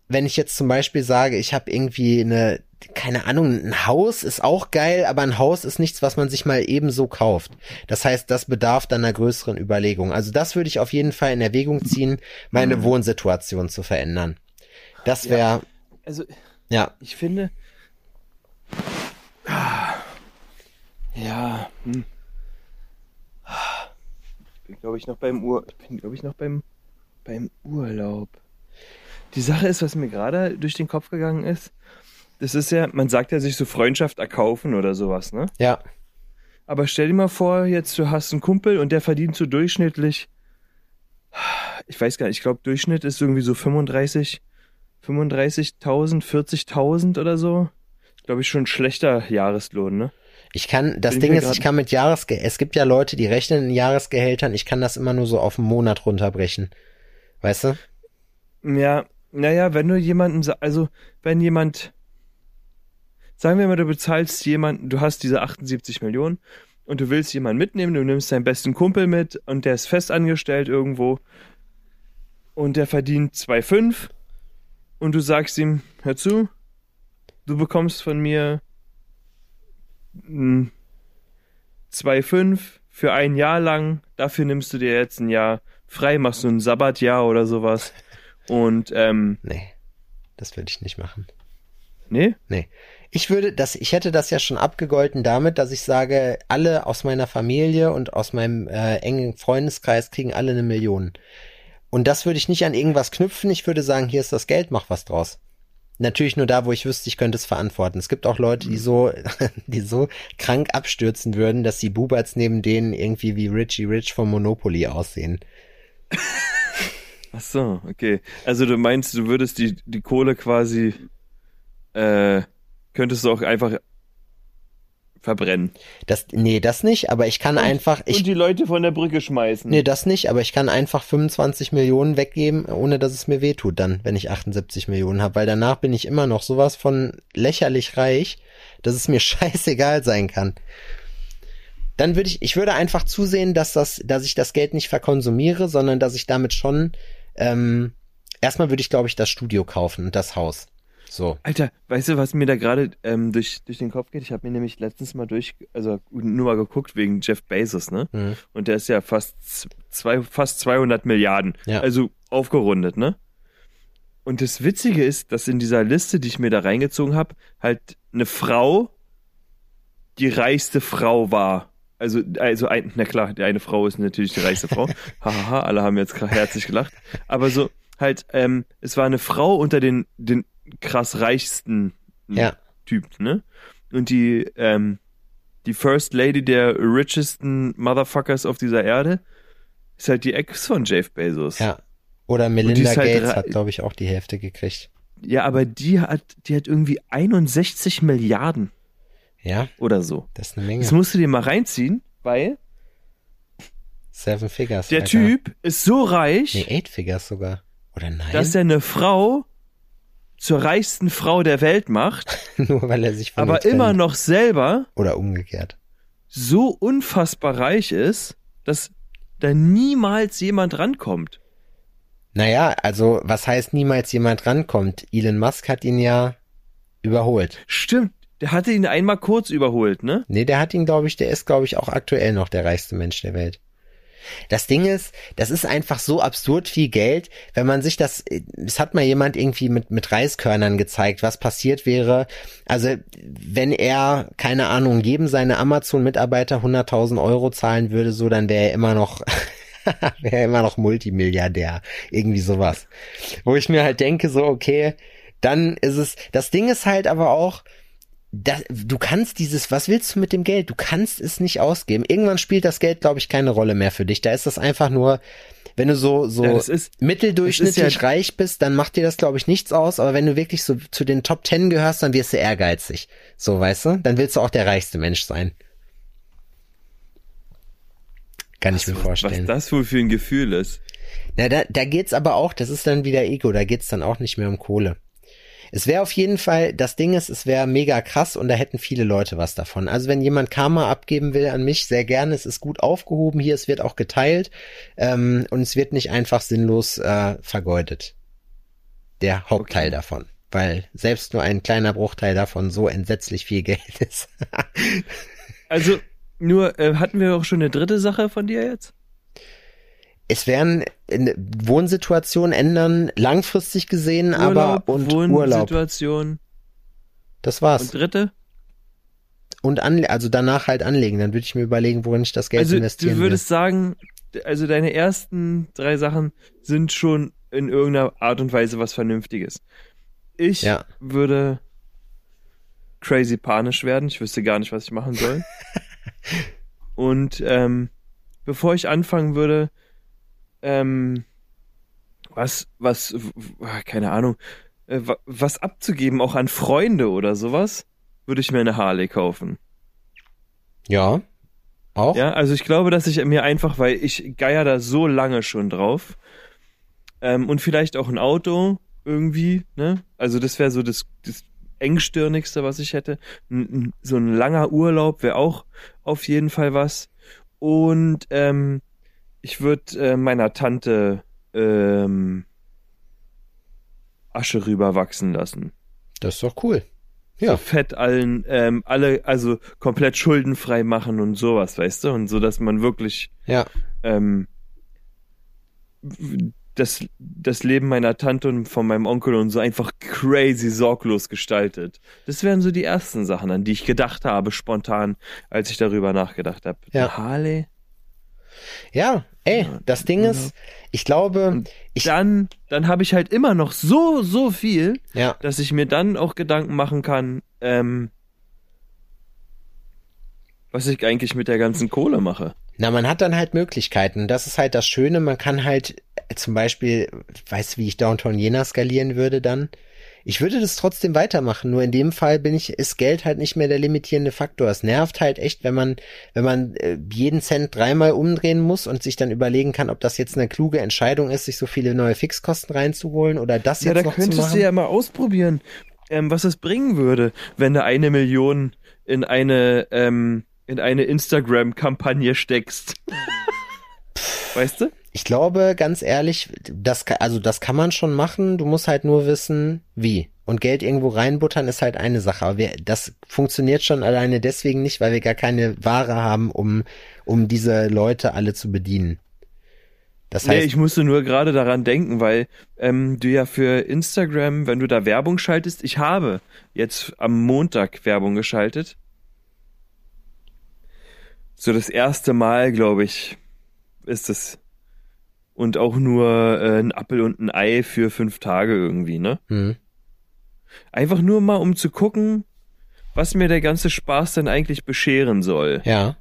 wenn ich jetzt zum Beispiel sage, ich habe irgendwie keine Ahnung, ein Haus ist auch geil, aber ein Haus ist nichts, was man sich mal ebenso kauft. Das heißt, das bedarf dann einer größeren Überlegung. Also das würde ich auf jeden Fall in Erwägung ziehen, meine Wohnsituation zu verändern. Das wäre... Also, ja. Ich finde... Ja. Ich bin, glaube ich, noch beim Urlaub. Die Sache ist, was mir gerade durch den Kopf gegangen ist, das ist ja, man sagt ja sich so Freundschaft erkaufen oder sowas, ne? Ja. Aber stell dir mal vor, jetzt du hast einen Kumpel und der verdient so durchschnittlich, ich weiß gar nicht, ich glaube Durchschnitt ist irgendwie so 35.000, 40.000 oder so. Glaube ich schon ein schlechter Jahreslohn, ne? Ich kann mit es gibt ja Leute, die rechnen in Jahresgehältern, ich kann das immer nur so auf einen Monat runterbrechen. Weißt du? Ja, naja, wenn jemand, sagen wir mal, du bezahlst jemanden, du hast diese 78 Millionen und du willst jemanden mitnehmen, du nimmst deinen besten Kumpel mit und der ist festangestellt irgendwo und der verdient 2,5 und du sagst ihm, hör zu, du bekommst von mir 2,5 für ein Jahr lang, dafür nimmst du dir jetzt ein Jahr frei, machst du ein Sabbatjahr oder sowas. Und, nee, das würde ich nicht machen. Nee? Nee. Ich hätte das ja schon abgegolten damit, dass ich sage, alle aus meiner Familie und aus meinem engen Freundeskreis kriegen alle 1 Million. Und das würde ich nicht an irgendwas knüpfen, ich würde sagen, hier ist das Geld, mach was draus. Natürlich nur da, wo ich wüsste, ich könnte es verantworten. Es gibt auch Leute, die so krank abstürzen würden, dass die Buberts neben denen irgendwie wie Richie Rich vom Monopoly aussehen. Ach so, okay. Also du meinst, du würdest die Kohle quasi, könntest du auch einfach verbrennen. Das nicht, aber ich kann und die Leute von der Brücke schmeißen. Nee, das nicht, aber ich kann einfach 25 Millionen weggeben, ohne dass es mir wehtut dann, wenn ich 78 Millionen habe, weil danach bin ich immer noch sowas von lächerlich reich, dass es mir scheißegal sein kann. Dann ich würde einfach zusehen, dass ich das Geld nicht verkonsumiere, sondern dass ich damit schon, erstmal würde ich, glaube ich, das Studio kaufen und das Haus. So. Alter, weißt du, was mir da gerade durch den Kopf geht? Ich habe mir nämlich letztens mal nur mal geguckt wegen Jeff Bezos, ne? Mhm. Und der ist ja fast 200 Milliarden. Ja. Also aufgerundet, ne? Und das Witzige ist, dass in dieser Liste, die ich mir da reingezogen habe, halt eine Frau die reichste Frau war. Na klar, die eine Frau ist natürlich die reichste Frau. Hahaha, alle haben jetzt herzlich gelacht. Aber so, halt, es war eine Frau unter den krass reichsten Typ, ne? Und die First Lady der richesten Motherfuckers auf dieser Erde ist halt die Ex von Jeff Bezos. Ja. Oder Melinda Gates hat, glaube ich, auch die Hälfte gekriegt. Ja, aber die hat irgendwie 61 Milliarden. Ja. Oder so. Das ist eine Menge. Das musst du dir mal reinziehen, weil 7 Figures. Der Alter. Typ ist so reich. Nee, 8 Figures sogar. Oder nein? Dass er eine Frau zur reichsten Frau der Welt macht. Nur weil er sich von aber immer noch selber. Oder umgekehrt. So unfassbar reich ist, dass da niemals jemand rankommt. Naja, also was heißt niemals jemand rankommt? Elon Musk hat ihn ja überholt. Stimmt, der hatte ihn einmal kurz überholt, ne? Nee, der ist, glaube ich, auch aktuell noch der reichste Mensch der Welt. Das Ding ist, das ist einfach so absurd viel Geld, wenn man sich es hat mal jemand irgendwie mit Reiskörnern gezeigt, was passiert wäre, also wenn er, keine Ahnung, jedem seine Amazon-Mitarbeiter 100.000 € zahlen würde, so, dann wäre er immer noch Multimilliardär, irgendwie sowas. Wo ich mir halt denke, so, okay, dann ist es, das Ding ist halt aber auch, du kannst was willst du mit dem Geld? Du kannst es nicht ausgeben. Irgendwann spielt das Geld, glaube ich, keine Rolle mehr für dich. Da ist das einfach nur, wenn du so mitteldurchschnittlich reich bist, dann macht dir das, glaube ich, nichts aus. Aber wenn du wirklich so zu den Top 10 gehörst, dann wirst du ehrgeizig. So, weißt du? Dann willst du auch der reichste Mensch sein. Kann ich mir vorstellen. Was das wohl für ein Gefühl ist. Na, da geht's aber auch, das ist dann wieder Ego, da geht's dann auch nicht mehr um Kohle. Es wäre auf jeden Fall, das Ding ist, es wäre mega krass und da hätten viele Leute was davon. Also wenn jemand Karma abgeben will an mich, sehr gerne, es ist gut aufgehoben hier, es wird auch geteilt und es wird nicht einfach sinnlos vergeudet. der Hauptteil davon. Weil selbst nur ein kleiner Bruchteil davon so entsetzlich viel Geld ist. Also, nur, hatten wir auch schon eine dritte Sache von dir jetzt? Es werden Wohnsituationen ändern, langfristig gesehen, Urlaub, aber und Wohnsituation. Das war's. Und dritte? Und also danach halt anlegen. Dann würde ich mir überlegen, worin ich das Geld investieren will. Also du würdest sagen, also deine ersten 3 Sachen sind schon in irgendeiner Art und Weise was Vernünftiges. Ich würde crazy panisch werden. Ich wüsste gar nicht, was ich machen soll. Und bevor ich anfangen würde, keine Ahnung, was abzugeben, auch an Freunde oder sowas, würde ich mir eine Harley kaufen. Ja, auch. Ja, also ich glaube, dass ich mir einfach, weil ich geier da so lange schon drauf, und vielleicht auch ein Auto irgendwie, ne? Also das wäre so das engstirnigste, was ich hätte. So ein langer Urlaub wäre auch auf jeden Fall was. Und ich würde meiner Tante Asche rüberwachsen lassen. Das ist doch cool. Ja. So fett alle, also komplett schuldenfrei machen und sowas, weißt du? Und so, dass man wirklich das Leben meiner Tante und von meinem Onkel und so einfach crazy sorglos gestaltet. Das wären so die ersten Sachen, an die ich gedacht habe, spontan, als ich darüber nachgedacht habe. Ja. Harley? Ja, das Ding ist, ich glaube, dann habe ich halt immer noch so viel, ja, dass ich mir dann auch Gedanken machen kann, was ich eigentlich mit der ganzen Kohle mache. Na, man hat dann halt Möglichkeiten. Das ist halt das Schöne. Man kann halt zum Beispiel, weißt du, wie ich Downtown Jena skalieren würde dann? Ich würde das trotzdem weitermachen, nur in dem Fall ist Geld halt nicht mehr der limitierende Faktor. Es nervt halt echt, wenn man jeden Cent 3-mal umdrehen muss und sich dann überlegen kann, ob das jetzt eine kluge Entscheidung ist, sich so viele neue Fixkosten reinzuholen oder das jetzt noch zu machen. Ja, da könntest du ja mal ausprobieren, was es bringen würde, wenn du 1 Million in eine Instagram-Kampagne steckst. Weißt du? Ich glaube, ganz ehrlich, das kann man schon machen. Du musst halt nur wissen, wie. Und Geld irgendwo reinbuttern ist halt eine Sache. Aber das funktioniert schon alleine deswegen nicht, weil wir gar keine Ware haben, um diese Leute alle zu bedienen. Das heißt, ich musste nur gerade daran denken, weil du ja für Instagram, wenn du da Werbung schaltest, ich habe jetzt am Montag Werbung geschaltet. So das erste Mal, glaube ich, ist es. Und auch nur ein Apfel und ein Ei für 5 Tage irgendwie, ne? Mhm. Einfach nur mal, um zu gucken, was mir der ganze Spaß denn eigentlich bescheren soll. Ja.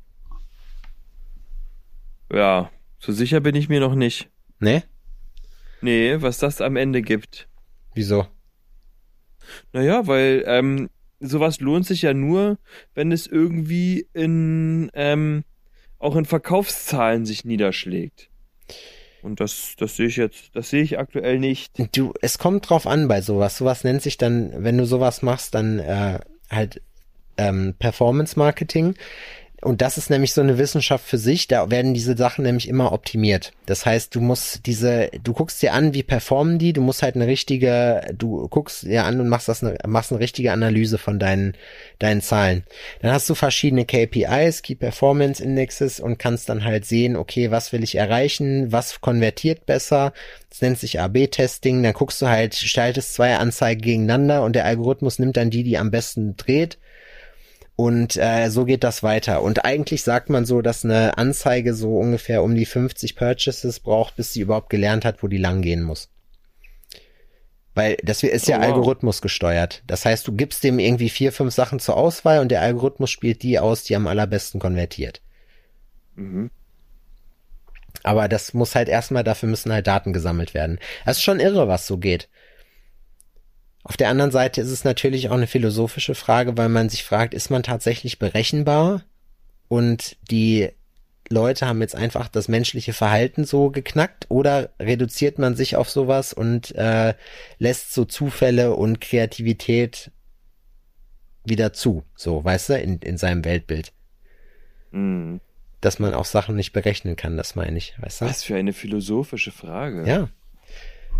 Ja, so sicher bin ich mir noch nicht. Nee? Nee, was das am Ende gibt. Wieso? Naja, weil sowas lohnt sich ja nur, wenn es irgendwie auch in Verkaufszahlen sich niederschlägt. Und das sehe ich aktuell nicht. Es kommt drauf an bei sowas. Sowas nennt sich dann, wenn du sowas machst, dann halt Performance Marketing. Und das ist nämlich so eine Wissenschaft für sich, da werden diese Sachen nämlich immer optimiert. Das heißt, du guckst dir an, wie performen die, du guckst dir an und machst eine richtige Analyse von deinen Zahlen. Dann hast du verschiedene KPIs, Key Performance Indexes, und kannst dann halt sehen, okay, was will ich erreichen, was konvertiert besser, das nennt sich A/B-Testing, dann guckst du halt, schaltest 2 Anzeigen gegeneinander und der Algorithmus nimmt dann die am besten dreht. Und so geht das weiter. Und eigentlich sagt man so, dass eine Anzeige so ungefähr um die 50 Purchases braucht, bis sie überhaupt gelernt hat, wo die lang gehen muss. Weil das ist ja Algorithmus gesteuert. Das heißt, du gibst dem irgendwie 4, 5 Sachen zur Auswahl und der Algorithmus spielt die aus, die am allerbesten konvertiert. Mhm. Aber das muss halt dafür müssen halt Daten gesammelt werden. Das ist schon irre, was so geht. Auf der anderen Seite ist es natürlich auch eine philosophische Frage, weil man sich fragt, ist man tatsächlich berechenbar? Und die Leute haben jetzt einfach das menschliche Verhalten so geknackt, oder reduziert man sich auf sowas und lässt so Zufälle und Kreativität wieder zu, so, weißt du, in seinem Weltbild. Mhm. Dass man auch Sachen nicht berechnen kann, das meine ich, weißt du? Was für eine philosophische Frage. Ja.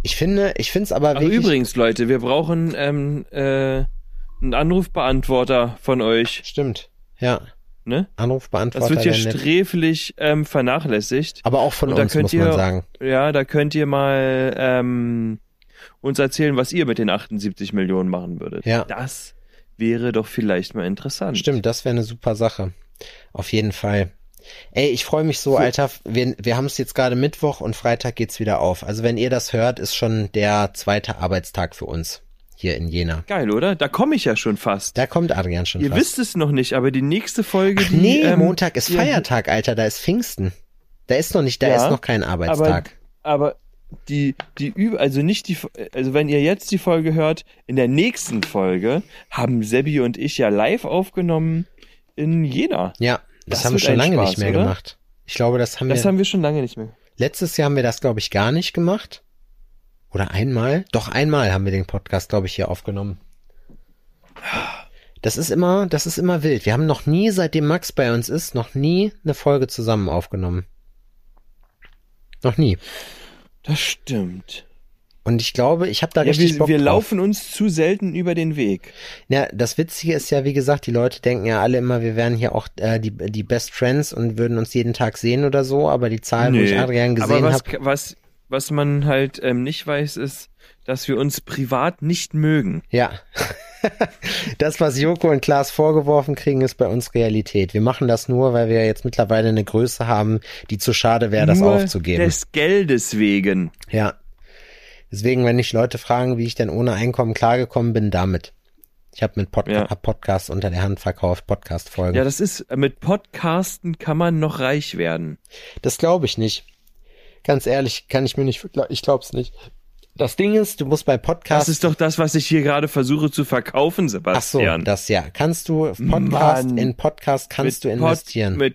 Ich finde es aber Ach, wirklich... übrigens, Leute, wir brauchen einen Anrufbeantworter von euch. Stimmt, ja. Ne? Anrufbeantworter. Das wird hier wäre nett. sträflich vernachlässigt. Aber auch von Und da uns, könnt muss man sagen. Ja, da könnt ihr mal uns erzählen, was ihr mit den 78 Millionen machen würdet. Ja. Das wäre doch vielleicht mal interessant. Stimmt, das wäre eine super Sache. Auf jeden Fall. Ey, ich freue mich so, Alter. Wir haben es jetzt gerade Mittwoch und Freitag geht's wieder auf. Also wenn ihr das hört, ist schon der 2. Arbeitstag für uns hier in Jena. Geil, oder? Da komme ich ja schon fast. Da kommt Adrian schon Ihr fast. wisst es noch nicht, aber die nächste Folge, Ach nee, Montag ist ihr- Feiertag, Alter. Da ist Pfingsten. Da ist noch kein Arbeitstag. Aber also wenn ihr jetzt die Folge hört, in der nächsten Folge haben Sebi und ich ja live aufgenommen in Jena. Ja, das Das haben wir wird schon ein lange Spaß, nicht mehr oder? gemacht. Ich glaube, das haben Wir schon lange nicht mehr. letztes Jahr haben wir das, glaube ich, gar nicht gemacht. Oder einmal? Doch, einmal haben wir den Podcast, glaube ich, hier aufgenommen. Das ist immer wild. Wir haben noch nie, seitdem Max bei uns ist, noch nie eine Folge zusammen aufgenommen. Noch nie. Das stimmt. Und ich glaube, ich habe da Ja, richtig Bock wir drauf. laufen uns zu selten über den Weg. Ja, das Witzige ist ja, wie gesagt, die Leute denken ja alle immer, wir wären hier auch die Best Friends und würden uns jeden Tag sehen oder so, aber die Zahl, wo ich Adrian gesehen aber habe... was man halt nicht weiß, ist, dass wir uns privat nicht mögen. Ja. Das, was Joko und Klaas vorgeworfen kriegen, ist bei uns Realität. Wir machen das nur, weil wir jetzt mittlerweile eine Größe haben, die zu schade wäre, das Nur aufzugeben. des Geldes wegen. Ja. Deswegen, wenn mich Leute fragen, wie ich denn ohne Einkommen klargekommen bin, damit. Ich habe hab Podcasts unter der Hand verkauft, Podcast-Folgen. Ja, das ist, mit Podcasten kann man noch reich werden. Das glaube ich nicht. Ganz ehrlich, ich glaub's nicht. Das Ding ist, du musst bei Podcasts... Das ist doch das, was ich hier gerade versuche zu verkaufen, Ach so, Sebastian. das ja. Kannst du in Podcast kannst du investieren.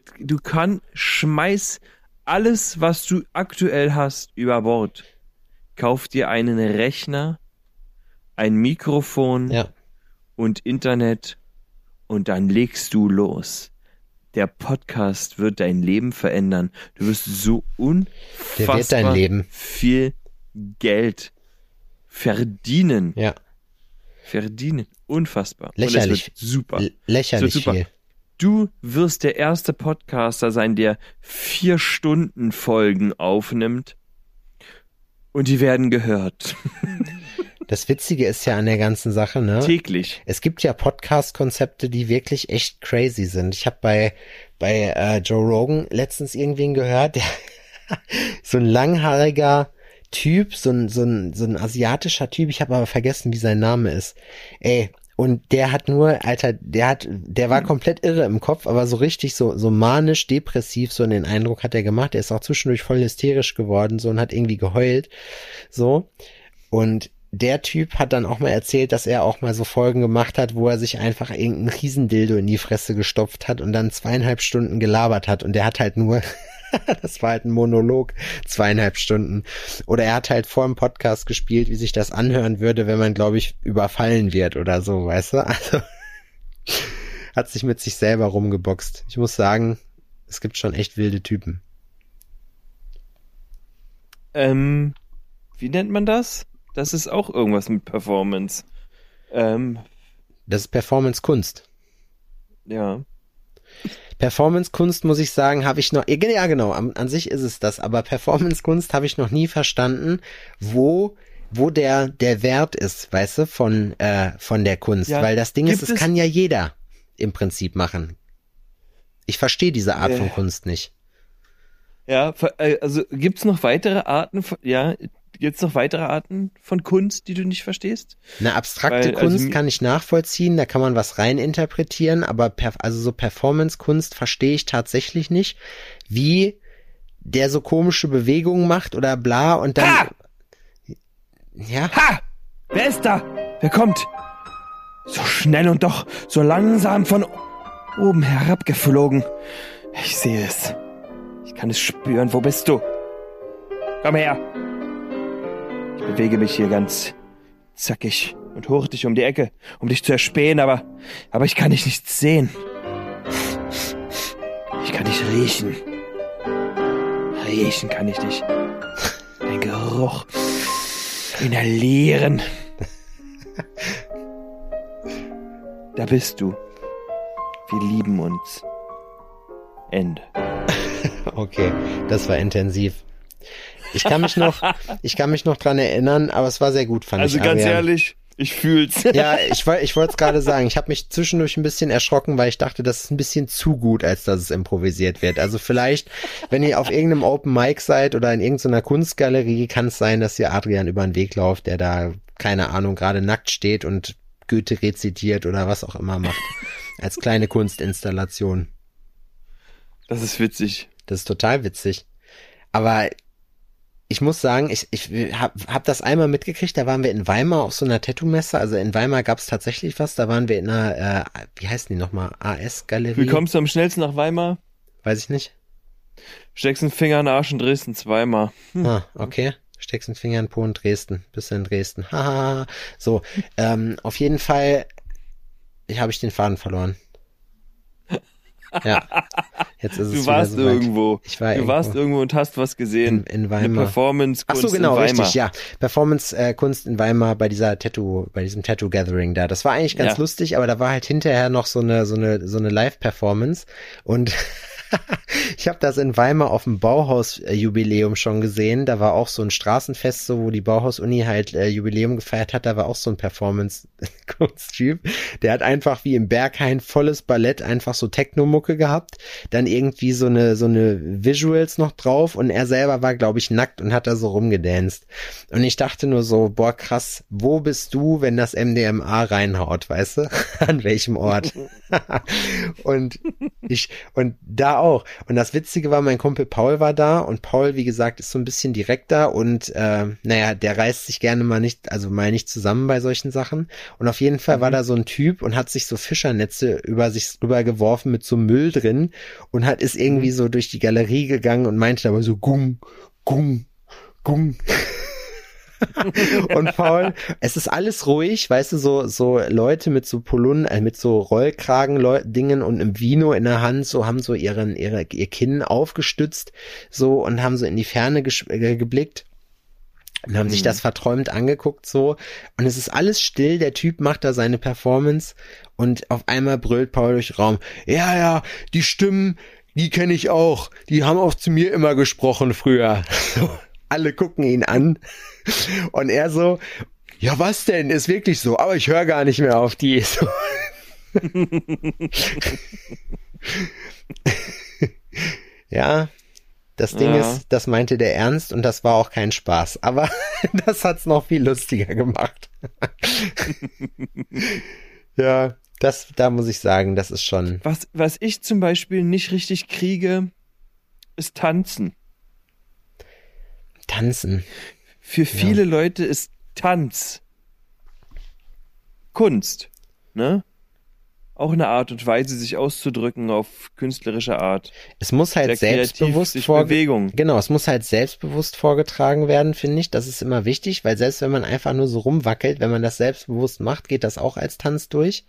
Schmeiß alles, was du aktuell hast, über Bord. Kauf dir einen Rechner, ein Mikrofon und Internet und dann legst du los. Der Podcast wird dein Leben verändern. Du wirst so unfassbar viel Geld verdienen. Ja. Verdienen. Unfassbar. Lächerlich. Und es wird super. Lächerlich super. viel. Du wirst der erste Podcaster sein, der 4-Stunden-Folgen aufnimmt und die werden gehört. Das Witzige ist ja an der ganzen Sache, ne? Täglich. Es gibt ja Podcast-Konzepte, die wirklich echt crazy sind. Ich habe bei Joe Rogan letztens irgendwen gehört, der so ein langhaariger Typ, so ein asiatischer Typ, ich habe aber vergessen, wie sein Name ist. Ey, und der hat nur, Alter, der war komplett irre im Kopf, aber so richtig so manisch, depressiv, so den Eindruck hat er gemacht. Er ist auch zwischendurch voll hysterisch geworden, so, und hat irgendwie geheult, so. Und der Typ hat dann auch mal erzählt, dass er auch mal so Folgen gemacht hat, wo er sich einfach irgendeinen Riesendildo in die Fresse gestopft hat und dann 2,5 Stunden gelabert hat. Und der hat halt nur, das war halt ein Monolog, 2,5 Stunden. Oder er hat halt vor dem Podcast gespielt, wie sich das anhören würde, wenn man, glaube ich, überfallen wird oder so, weißt du? Also hat sich mit sich selber rumgeboxt. Ich muss sagen, es gibt schon echt wilde Typen. Wie nennt man das? Das ist auch irgendwas mit Performance. Das ist Performance-Kunst. Ja. Performance-Kunst, muss ich sagen, habe ich noch, ja genau, an sich ist es das, aber Performance-Kunst habe ich noch nie verstanden, wo der Wert ist, weißt du, von der Kunst, Ja, weil das Ding ist, gibt es kann ja jeder im Prinzip machen. Ich verstehe diese Art von Kunst nicht. Ja, also gibt's noch weitere Arten von Kunst, die du nicht verstehst? Eine abstrakte Kunst kann ich nachvollziehen, da kann man was rein interpretieren, aber so Performance-Kunst verstehe ich tatsächlich nicht, wie der so komische Bewegungen macht oder bla und dann... Ha! Ja? Ha! Wer ist da? Wer kommt? So schnell und doch so langsam von oben herabgeflogen. Ich sehe es. Ich kann es spüren. Wo bist du? Komm her. Ich bewege mich hier ganz zackig und hurtig um die Ecke, um dich zu erspähen, aber ich kann dich nicht sehen. Ich kann dich riechen. Riechen kann ich dich. Dein Geruch. Inhalieren. Da bist du. Wir lieben uns. Ende. Okay, das war intensiv. Ich kann mich noch dran erinnern, aber es war sehr gut, fand ich. Also ganz ehrlich, ich fühl's. Ja, ich wollte es gerade sagen. Ich habe mich zwischendurch ein bisschen erschrocken, weil ich dachte, das ist ein bisschen zu gut, als dass es improvisiert wird. Also vielleicht, wenn ihr auf irgendeinem Open Mic seid oder in irgendeiner Kunstgalerie, kann es sein, dass ihr Adrian über den Weg lauft, der da, keine Ahnung, gerade nackt steht und Goethe rezitiert oder was auch immer macht. Als kleine Kunstinstallation. Das ist witzig. Das ist total witzig. Aber ich muss sagen, ich hab das einmal mitgekriegt, da waren wir in Weimar auf so einer Tattoo-Messe, also in Weimar gab's tatsächlich was, da waren wir in einer, wie heißen die nochmal, AS-Galerie? Wie kommst du am schnellsten nach Weimar? Weiß ich nicht. Steckst einen Finger in den Arsch in Dresden zweimal. Ah, okay. Steckst einen Finger in den Po in Dresden, bist du in Dresden. Haha. So, auf jeden Fall habe ich den Faden verloren. Ja, jetzt ist es Du warst wieder soweit. irgendwo. Du warst irgendwo und hast was gesehen. In Weimar. Eine Performance-Kunst Ach so, genau, in Weimar. richtig, ja. Performance-Kunst in Weimar bei diesem Tattoo-Gathering da. Das war eigentlich ganz lustig, aber da war halt hinterher noch so eine Live-Performance und ich habe das in Weimar auf dem Bauhaus-Jubiläum schon gesehen. Da war auch so ein Straßenfest, so wo die Bauhaus-Uni halt Jubiläum gefeiert hat. Da war auch so ein Performance-Kunsttyp. Der hat einfach wie im Berghain volles Ballett einfach so Techno-Mucke gehabt. Dann irgendwie so eine Visuals noch drauf und er selber war, glaube ich, nackt und hat da so rumgedanced. Und ich dachte nur so, boah, krass, wo bist du, wenn das MDMA reinhaut, weißt du? An welchem Ort? Und da auch. Und das Witzige war, mein Kumpel Paul war da und Paul, wie gesagt, ist so ein bisschen direkter und der reißt sich gerne mal nicht zusammen bei solchen Sachen. Und auf jeden Fall war da so ein Typ und hat sich so Fischernetze über sich rüber geworfen mit so Müll drin und ist irgendwie so durch die Galerie gegangen und meinte dabei so gung, gung, gung. Und Paul, es ist alles ruhig, weißt du, so Leute mit so mit so Rollkragen-Dingen und einem Vino in der Hand, so haben so ihr Kinn aufgestützt, so und haben so in die Ferne geblickt und haben sich das verträumt angeguckt, so. Und es ist alles still, der Typ macht da seine Performance und auf einmal brüllt Paul durch den Raum, ja, die Stimmen, die kenne ich auch, die haben auch zu mir immer gesprochen früher. Alle gucken ihn an und er so, ja was denn, ist wirklich so, aber ich höre gar nicht mehr auf die. So. Ja, das Ding ist, das meinte der ernst und das war auch kein Spaß, aber das hat's noch viel lustiger gemacht. Ja, da muss ich sagen, das ist schon... Was ich zum Beispiel nicht richtig kriege, ist Tanzen. Tanzen. Für viele Leute ist Tanz Kunst, ne? Auch eine Art und Weise, sich auszudrücken auf künstlerische Art. Es muss halt selbstbewusst es muss halt selbstbewusst vorgetragen werden, finde ich. Das ist immer wichtig, weil selbst wenn man einfach nur so rumwackelt, wenn man das selbstbewusst macht, geht das auch als Tanz durch.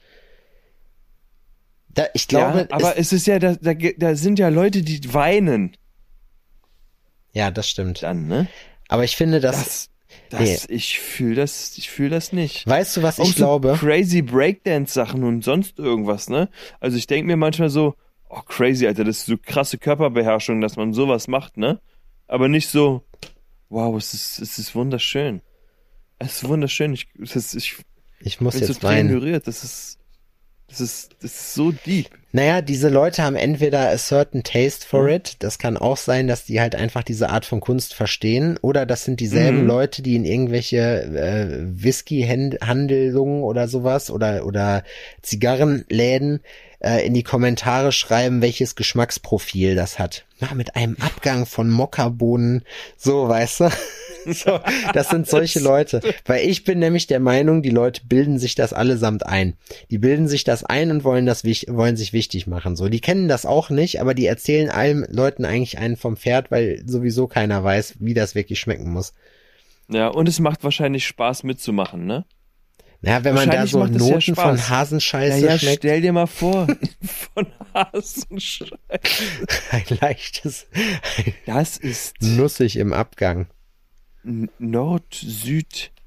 Ich glaube, aber es ist ja, da sind ja Leute, die weinen. Ja, das stimmt. Dann, ne? Aber ich finde, ich fühle das nicht. Weißt du, was auch ich glaube? Crazy Breakdance-Sachen und sonst irgendwas, ne? Also ich denke mir manchmal so, oh crazy, Alter, das ist so krasse Körperbeherrschung, dass man sowas macht, ne? Aber nicht so, wow, es ist wunderschön. Es ist wunderschön. Ich muss jetzt so weinen. Das ist so deep. Naja, diese Leute haben entweder a certain taste for it, das kann auch sein, dass die halt einfach diese Art von Kunst verstehen, oder das sind dieselben Leute, die in irgendwelche Whisky-Handlungen oder sowas oder Zigarrenläden in die Kommentare schreiben, welches Geschmacksprofil das hat. Ja, mit einem Abgang von Mokkabohnen, so, weißt du? So, das sind solche Leute. Weil ich bin nämlich der Meinung, die Leute bilden sich das allesamt ein. Die bilden sich das ein und wollen sich wichtig machen. So, die kennen das auch nicht, aber die erzählen allen Leuten eigentlich einen vom Pferd, weil sowieso keiner weiß, wie das wirklich schmecken muss. Ja, und es macht wahrscheinlich Spaß mitzumachen, ne? Ja, wenn man da so Noten von Hasenscheiße schmeckt. Stell dir mal vor, von Hasenscheiße. Ein leichtes. Das ist nussig im Abgang. Nord-Süd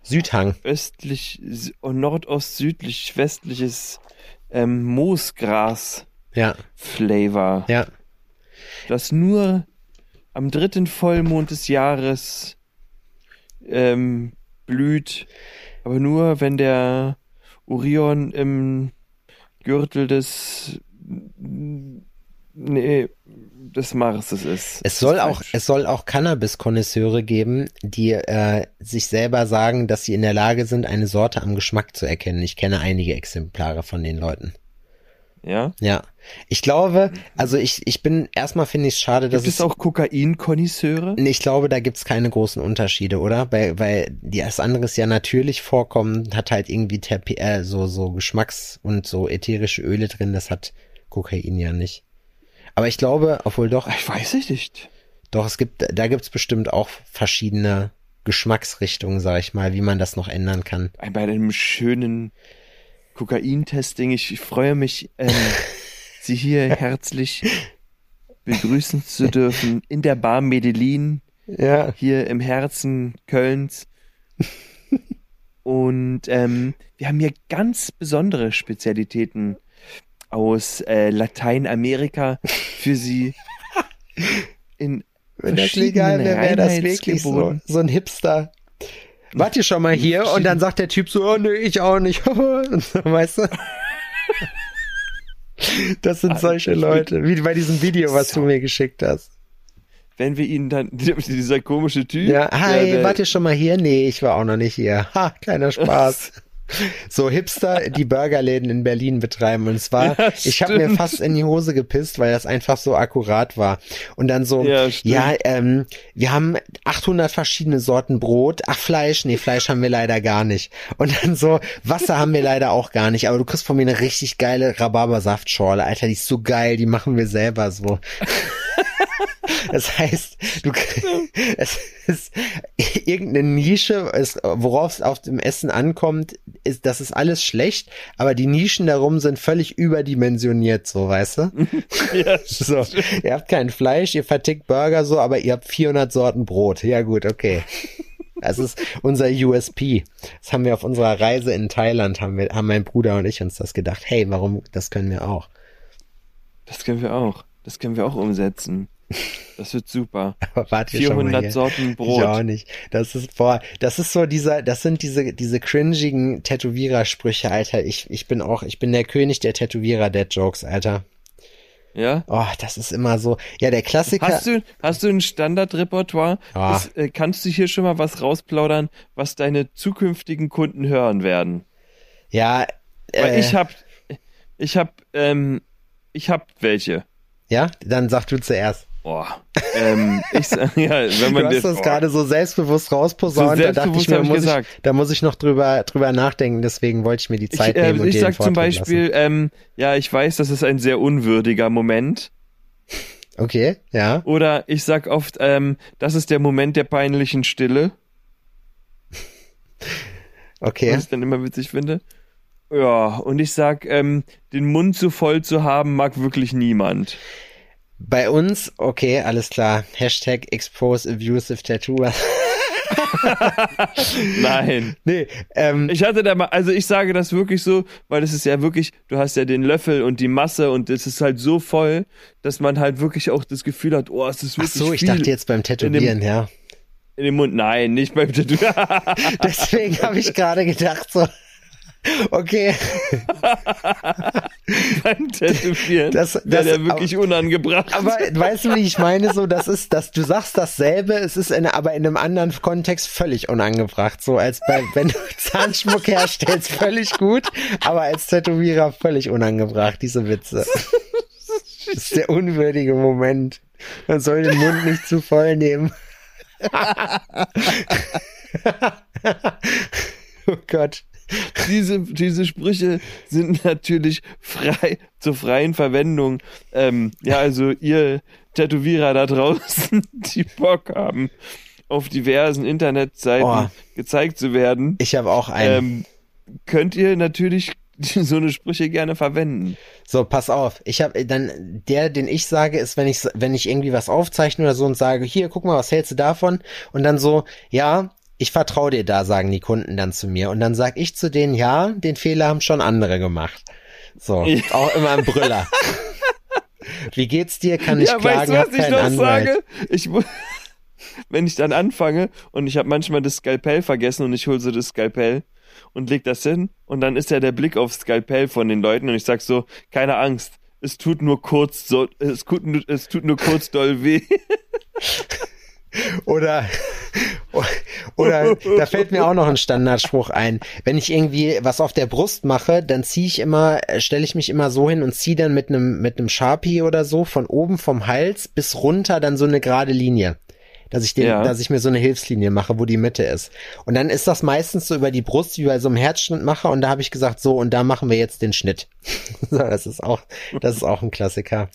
Südhang. östlich, nordost-südlich, westliches Moosgras-Flavor. Ja. Das nur am 3. Vollmond des Jahres blüht, aber nur wenn der Orion im Gürtel des Marses ist. Es soll auch Cannabis-Konnoisseure geben, die sich selber sagen, dass sie in der Lage sind, eine Sorte am Geschmack zu erkennen. Ich kenne einige Exemplare von den Leuten. Ja? Ja. Ich glaube, also erstmal finde ich es schade, dass Gibt es auch Kokain-Konnoisseure? Ich glaube, da gibt's keine großen Unterschiede, oder? Weil das andere ist ja natürlich vorkommen, hat halt irgendwie so Geschmacks- und so ätherische Öle drin, das hat Kokain ja nicht. Aber ich glaube, obwohl doch. Ich weiß es nicht. Doch, da gibt's bestimmt auch verschiedene Geschmacksrichtungen, sag ich mal, wie man das noch ändern kann. Bei einem schönen Kokain-Testing. Ich freue mich, Sie hier herzlich begrüßen zu dürfen in der Bar Medellin, hier im Herzen Kölns. Und wir haben hier ganz besondere Spezialitäten aus Lateinamerika für Sie in Wenn das legal wäre, wäre das wirklich so ein Hipster. Wart ihr schon mal hier? Und dann sagt der Typ so, oh nee, ich auch nicht. Weißt du? Das sind solche Leute, wie bei diesem Video, was du mir geschickt hast. Wenn wir ihn dann, dieser komische Typ. Ja, hi, wart ihr schon mal hier? Nee, ich war auch noch nicht hier. Ha, kleiner Spaß. So Hipster, die Burgerläden in Berlin betreiben. Und zwar, ich habe mir fast in die Hose gepisst, weil das einfach so akkurat war. Und dann so, wir haben 800 verschiedene Sorten Brot. Ach, Fleisch? Nee, Fleisch haben wir leider gar nicht. Und dann so, Wasser haben wir leider auch gar nicht. Aber du kriegst von mir eine richtig geile Rhabarbersaftschorle. Alter, die ist so geil, die machen wir selber so. Das heißt, es ist irgendeine Nische, worauf es auf dem Essen ankommt, das ist alles schlecht, aber die Nischen darum sind völlig überdimensioniert, so, weißt du? Ja, so, ihr habt kein Fleisch, ihr vertickt Burger so, aber ihr habt 400 Sorten Brot. Ja gut, okay. Das ist unser USP. Das haben wir auf unserer Reise in Thailand, haben mein Bruder und ich uns das gedacht. Hey, das können wir auch. Das können wir auch umsetzen. Das wird super. Aber warte 400 Sorten Brot. Ich auch nicht. Das sind diese cringigen Tätowierersprüche, Alter. Ich bin der König der Tätowierer-Dead-Jokes, Alter. Ja? Oh, das ist immer so. Ja, der Klassiker. Hast du ein Standardrepertoire? Oh. Kannst du hier schon mal was rausplaudern, was deine zukünftigen Kunden hören werden? Ja, weil ich hab welche. Ja? Dann sag du zuerst. Boah. Wenn man du hast das gerade so selbstbewusst rausposaunt, da dachte ich mir, da muss ich noch drüber nachdenken, deswegen wollte ich mir die Zeit nehmen und ich den sag Vortritt zum Beispiel, ich weiß, das ist ein sehr unwürdiger Moment. Okay, ja. Oder ich sag oft, das ist der Moment der peinlichen Stille. Okay. Was ich dann immer witzig finde. Ja, und ich sag, den Mund zu voll zu haben, mag wirklich niemand. Bei uns, okay, alles klar. Hashtag expose abusive tattoo. Nein. Nee, ich hatte da mal, also ich sage das wirklich so, weil es ist ja wirklich, du hast ja den Löffel und die Masse und es ist halt so voll, dass man halt wirklich auch das Gefühl hat, oh, es ist wirklich viel. Ach so, ich dachte jetzt beim Tätowieren, ja. In dem Mund, nein, nicht beim Tätowieren. Deswegen habe ich gerade gedacht so, okay. Beim Tätowieren. Das wäre wirklich unangebracht. Aber weißt du, wie ich meine? So, du sagst dasselbe, es ist aber in einem anderen Kontext völlig unangebracht. So als wenn du Zahnschmuck herstellst, völlig gut, aber als Tätowierer völlig unangebracht, diese Witze. Das ist der unwürdige Moment. Man soll den Mund nicht zu voll nehmen. Oh Gott. Diese Sprüche sind natürlich frei zur freien Verwendung. Also ihr Tätowierer da draußen, die Bock haben, auf diversen Internetseiten gezeigt zu werden. Ich habe auch einen. Könnt ihr natürlich so eine Sprüche gerne verwenden. So, pass auf. Ich habe dann den ich sage, ist, wenn ich irgendwie was aufzeichne oder so und sage, hier, guck mal, was hältst du davon? Und dann so, ja, ich vertraue dir da, sagen die Kunden dann zu mir. Und dann sag ich zu denen, ja, den Fehler haben schon andere gemacht. So, ja. Auch immer ein Brüller. Wie geht's dir? Kann ich klagen? Weißt du, was ich noch sage? Wenn ich dann anfange und ich habe manchmal das Skalpell vergessen und ich hole so das Skalpell und leg das hin und dann ist ja der Blick aufs Skalpell von den Leuten und ich sag so, keine Angst, es tut nur kurz doll weh. Oder da fällt mir auch noch ein Standardspruch ein. Wenn ich irgendwie was auf der Brust mache, dann stelle ich mich immer so hin und ziehe dann mit einem Sharpie oder so von oben vom Hals bis runter dann so eine gerade Linie. Dass ich mir so eine Hilfslinie mache, wo die Mitte ist. Und dann ist das meistens so über die Brust, wie bei so einem Herzschnitt mache. Und da habe ich gesagt, so, und da machen wir jetzt den Schnitt. So, das ist auch ein Klassiker.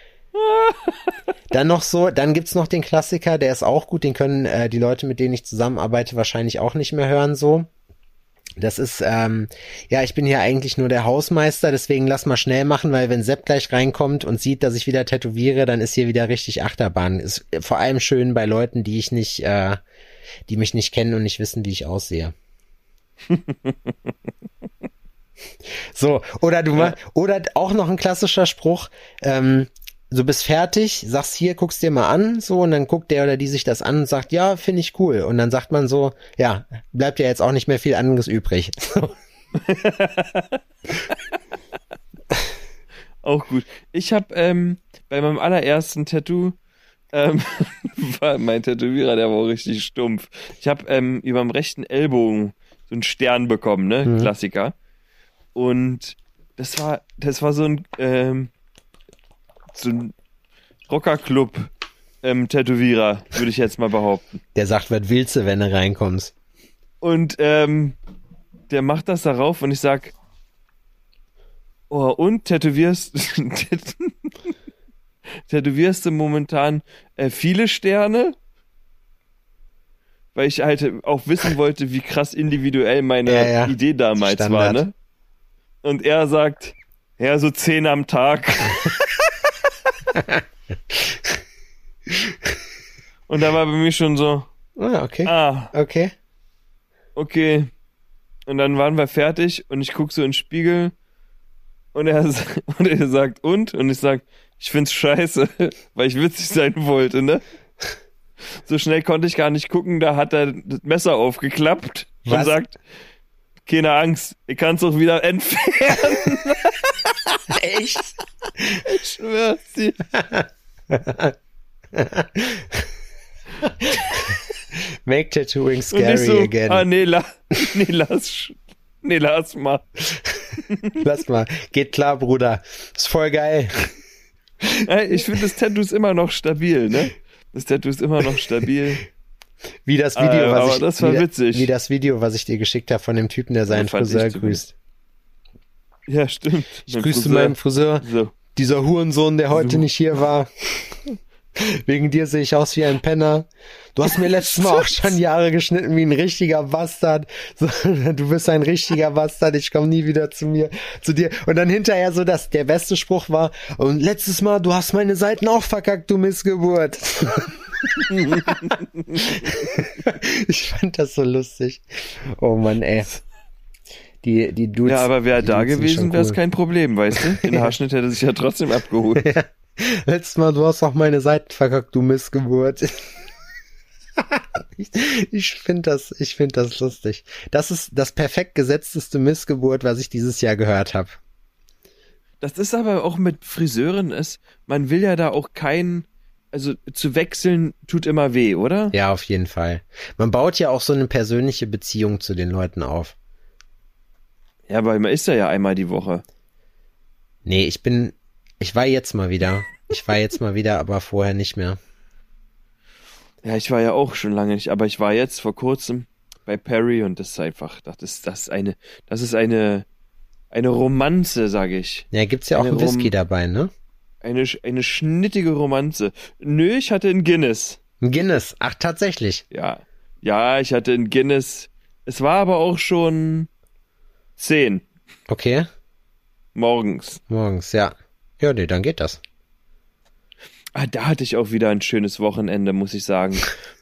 Dann gibt's noch den Klassiker, der ist auch gut, den können die Leute, mit denen ich zusammenarbeite, wahrscheinlich auch nicht mehr hören, so. Das ist, ich bin hier eigentlich nur der Hausmeister, deswegen lass mal schnell machen, weil wenn Sepp gleich reinkommt und sieht, dass ich wieder tätowiere, dann ist hier wieder richtig Achterbahn. Ist vor allem schön bei Leuten, die mich nicht kennen und nicht wissen, wie ich aussehe. So, oder auch noch ein klassischer Spruch, du bist fertig, sagst hier, guckst dir mal an, so, und dann guckt der oder die sich das an und sagt, ja, finde ich cool. Und dann sagt man so, ja, bleibt ja jetzt auch nicht mehr viel anderes übrig. Auch gut. Ich habe bei meinem allerersten Tattoo, war mein Tätowierer, der war auch richtig stumpf. Ich habe über dem rechten Ellbogen so einen Stern bekommen, ne, Klassiker. Und das war so ein Rockerclub Tätowierer, würde ich jetzt mal behaupten. Der sagt, was willst du, wenn du reinkommst? Und der macht das darauf und ich sag, oh, und tätowierst du momentan viele Sterne? Weil ich halt auch wissen wollte, wie krass individuell meine Idee damals Standard war, ne? Und er sagt, ja, so 10 am Tag. Und da war bei mir schon so, okay. Okay. Und dann waren wir fertig und ich guck so in den Spiegel und er sagt, und? Und ich sag, ich find's scheiße, weil ich witzig sein wollte, ne? So schnell konnte ich gar nicht gucken, da hat er das Messer aufgeklappt und sagt, keine Angst, ich kann's auch wieder entfernen. Echt? Ich schwör's dir. Make tattooing scary again. Nee, lass mal. Lass mal. Geht klar, Bruder. Ist voll geil. Ich finde, das Tattoo ist immer noch stabil, ne? Das Tattoo ist immer noch stabil. Wie das Video, witzig. Wie das Video, was ich dir geschickt habe von dem Typen, der seinen Friseur grüßt. Ja, stimmt. Ich grüße meinen Friseur. So. Dieser Hurensohn, der heute nicht hier war. Wegen dir sehe ich aus wie ein Penner. Du hast mir letztes Mal auch schon Jahre geschnitten wie ein richtiger Bastard. So, du bist ein richtiger Bastard, ich komme nie wieder zu dir. Und dann hinterher so, dass der beste Spruch war, und letztes Mal, du hast meine Seiten auch verkackt, du Missgeburt. Ich fand das so lustig. Oh Mann, ey. Die Dudes, ja, aber wäre da gewesen, wäre es kein Problem, weißt du? Den Haarschnitt hätte sich ja trotzdem abgeholt. Ja. Letztes Mal, du hast auch meine Seiten verkackt, du Missgeburt. Ich finde das lustig. Das ist das perfekt gesetzteste Missgeburt, was ich dieses Jahr gehört habe. Das ist aber auch mit Friseuren, man will ja da auch also zu wechseln tut immer weh, oder? Ja, auf jeden Fall. Man baut ja auch so eine persönliche Beziehung zu den Leuten auf. Ja, aber man ist ja einmal die Woche. Nee, ich war jetzt mal wieder, aber vorher nicht mehr. Ja, ich war ja auch schon lange nicht, aber ich war jetzt vor kurzem bei Perry und das ist einfach, das ist eine Romanze, sage ich. Ja, gibt's ja auch einen Whisky dabei, ne? Eine schnittige Romanze. Nö, ich hatte einen Guinness. Ein Guinness? Ach, tatsächlich? Ja, ich hatte einen Guinness. Es war aber auch schon 10. Okay. Morgens, ja. Ja, nee, dann geht das. Da hatte ich auch wieder ein schönes Wochenende, muss ich sagen.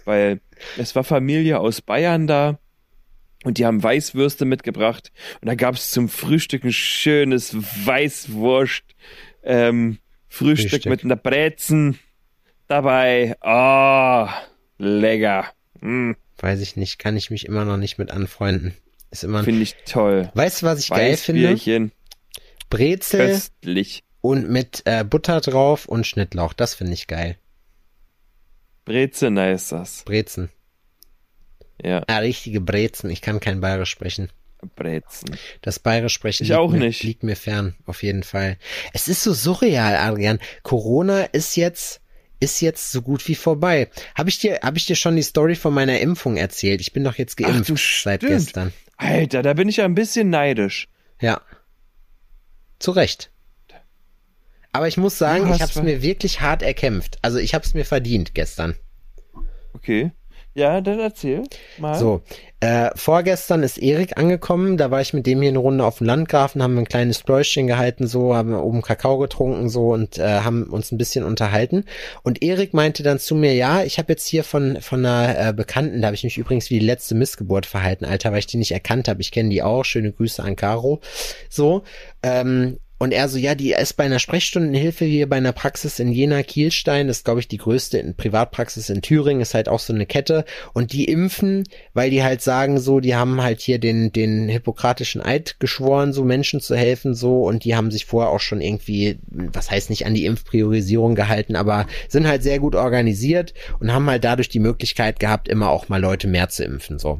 weil es war Familie aus Bayern da und die haben Weißwürste mitgebracht und da gab es zum Frühstück ein schönes Weißwurst Frühstück mit einer Brezen dabei. Oh, lecker. Weiß ich nicht, kann ich mich immer noch nicht mit anfreunden. Finde ich toll. Weißt du, was ich geil finde? Brezel köstlich. Und mit Butter drauf und Schnittlauch. Das finde ich geil. Brezen heißt das. Brezen. Ja. Richtige Brezen. Ich kann kein Bayerisch sprechen. Brezen. Das Bayerisch sprechen liegt mir fern, auf jeden Fall. Es ist so surreal, Adrian. Corona ist jetzt so gut wie vorbei. Hab ich dir schon die Story von meiner Impfung erzählt? Ich bin doch jetzt geimpft seit gestern. Alter, da bin ich ja ein bisschen neidisch. Ja. Zu Recht. Aber ich muss sagen, ich habe es mir wirklich hart erkämpft. Also ich habe es mir verdient gestern. Okay. Ja, dann erzähl mal. So, vorgestern ist Erik angekommen, da war ich mit dem hier eine Runde auf dem Landgrafen, haben ein kleines Pläuschchen gehalten, so, haben oben Kakao getrunken, so, und haben uns ein bisschen unterhalten. Und Erik meinte dann zu mir, ja, ich habe jetzt hier von einer Bekannten, da habe ich mich übrigens wie die letzte Missgeburt verhalten, Alter, weil ich die nicht erkannt habe. Ich kenne die auch, schöne Grüße an Caro. So, und er so, ja, die ist bei einer Sprechstundenhilfe hier bei einer Praxis in Jena-Kielstein, das ist, glaube ich, die größte Privatpraxis in Thüringen, ist halt auch so eine Kette. Und die impfen, weil die halt sagen so, die haben halt hier den hippokratischen Eid geschworen, so Menschen zu helfen, so. Und die haben sich vorher auch schon irgendwie, was heißt nicht an die Impfpriorisierung gehalten, aber sind halt sehr gut organisiert und haben halt dadurch die Möglichkeit gehabt, immer auch mal Leute mehr zu impfen, so.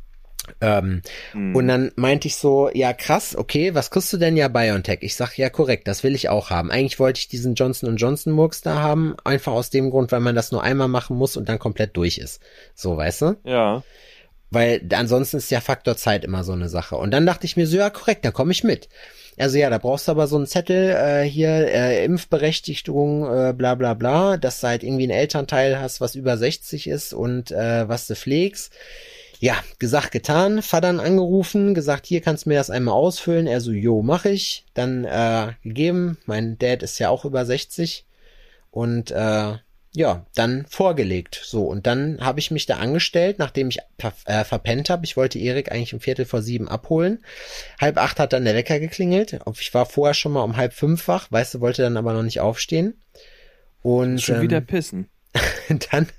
Und dann meinte ich so, ja krass, okay, was kriegst du denn ja BioNTech? Ich sag, ja korrekt, das will ich auch haben. Eigentlich wollte ich diesen Johnson & Johnson Murks da haben, einfach aus dem Grund, weil man das nur einmal machen muss und dann komplett durch ist. So, weißt du? Ja. Weil ansonsten ist ja Faktor Zeit immer so eine Sache. Und dann dachte ich mir so, ja korrekt, da komme ich mit. Also ja, da brauchst du aber so einen Zettel, Impfberechtigung, bla bla bla, dass du halt irgendwie einen Elternteil hast, was über 60 ist und was du pflegst. Ja, gesagt, getan, Vatern angerufen, gesagt, hier kannst du mir das einmal ausfüllen. Er so, jo, mach ich. Dann gegeben, mein Dad ist ja auch über 60 und ja, dann vorgelegt. So, und dann habe ich mich da angestellt, nachdem ich verpennt habe. Ich wollte Erik eigentlich um 6:45 abholen. 7:30 hat dann der Wecker geklingelt. Ich war vorher schon mal um 4:30 wach, weißt du, wollte dann aber noch nicht aufstehen. Und schon wieder pissen. Dann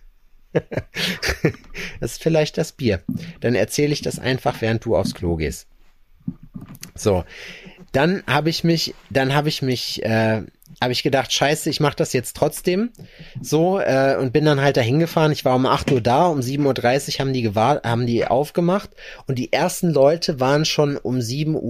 das ist vielleicht das Bier. Dann erzähle ich das einfach, während du aufs Klo gehst. So, dann habe ich gedacht, scheiße, ich mache das jetzt trotzdem. So, und bin dann halt dahin gefahren. Ich war um 8 Uhr da, um 7:30 Uhr haben die aufgemacht. Und die ersten Leute waren schon um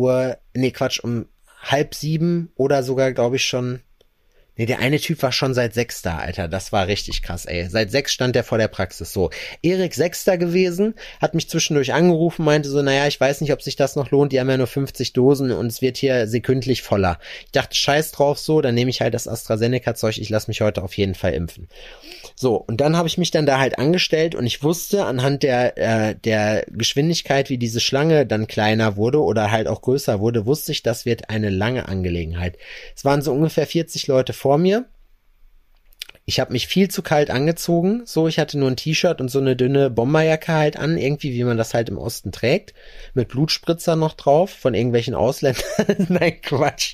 6:30 oder sogar, glaube ich, schon. Nee, der eine Typ war schon seit 6 da, Alter. Das war richtig krass, ey. Seit 6 stand der vor der Praxis. So, Erik 6 gewesen, hat mich zwischendurch angerufen, meinte so, naja, ich weiß nicht, ob sich das noch lohnt. Die haben ja nur 50 Dosen und es wird hier sekündlich voller. Ich dachte, scheiß drauf so, dann nehme ich halt das AstraZeneca-Zeug. Ich lasse mich heute auf jeden Fall impfen. So, und dann habe ich mich dann da halt angestellt und ich wusste anhand der Geschwindigkeit, wie diese Schlange dann kleiner wurde oder halt auch größer wurde, wusste ich, das wird eine lange Angelegenheit. Es waren so ungefähr 40 Leute vor mir. Ich habe mich viel zu kalt angezogen. So, ich hatte nur ein T-Shirt und so eine dünne Bomberjacke halt an, irgendwie wie man das halt im Osten trägt, mit Blutspritzer noch drauf von irgendwelchen Ausländern. Nein, Quatsch.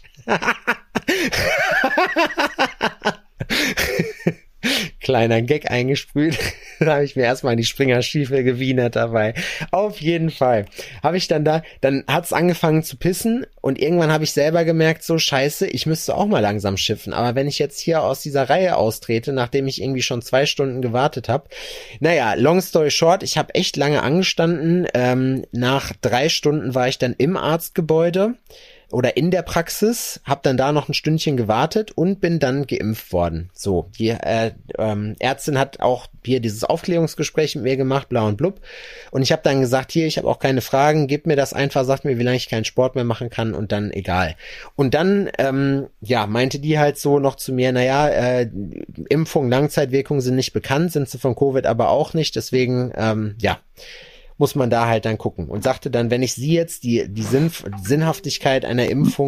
Kleiner Gag eingesprüht. Da habe ich mir erstmal in die Springerstiefel gewienert dabei. Auf jeden Fall habe ich dann hat's angefangen zu pissen und irgendwann habe ich selber gemerkt, so scheiße, ich müsste auch mal langsam schiffen. Aber wenn ich jetzt hier aus dieser Reihe austrete, nachdem ich irgendwie schon 2 Stunden gewartet habe, naja, long story short, ich habe echt lange angestanden. Nach 3 Stunden war ich dann im Arztgebäude oder in der Praxis, habe dann da noch ein Stündchen gewartet und bin dann geimpft worden. So, die Ärztin hat auch hier dieses Aufklärungsgespräch mit mir gemacht, bla und blub. Und ich habe dann gesagt, hier, ich habe auch keine Fragen, gib mir das einfach, sagt mir, wie lange ich keinen Sport mehr machen kann und dann egal. Und dann, meinte die halt so noch zu mir, naja, Impfung, Langzeitwirkungen sind nicht bekannt, sind sie von Covid aber auch nicht, deswegen, muss man da halt dann gucken. Und sagte dann, wenn ich sie jetzt die Sinnhaftigkeit einer Impfung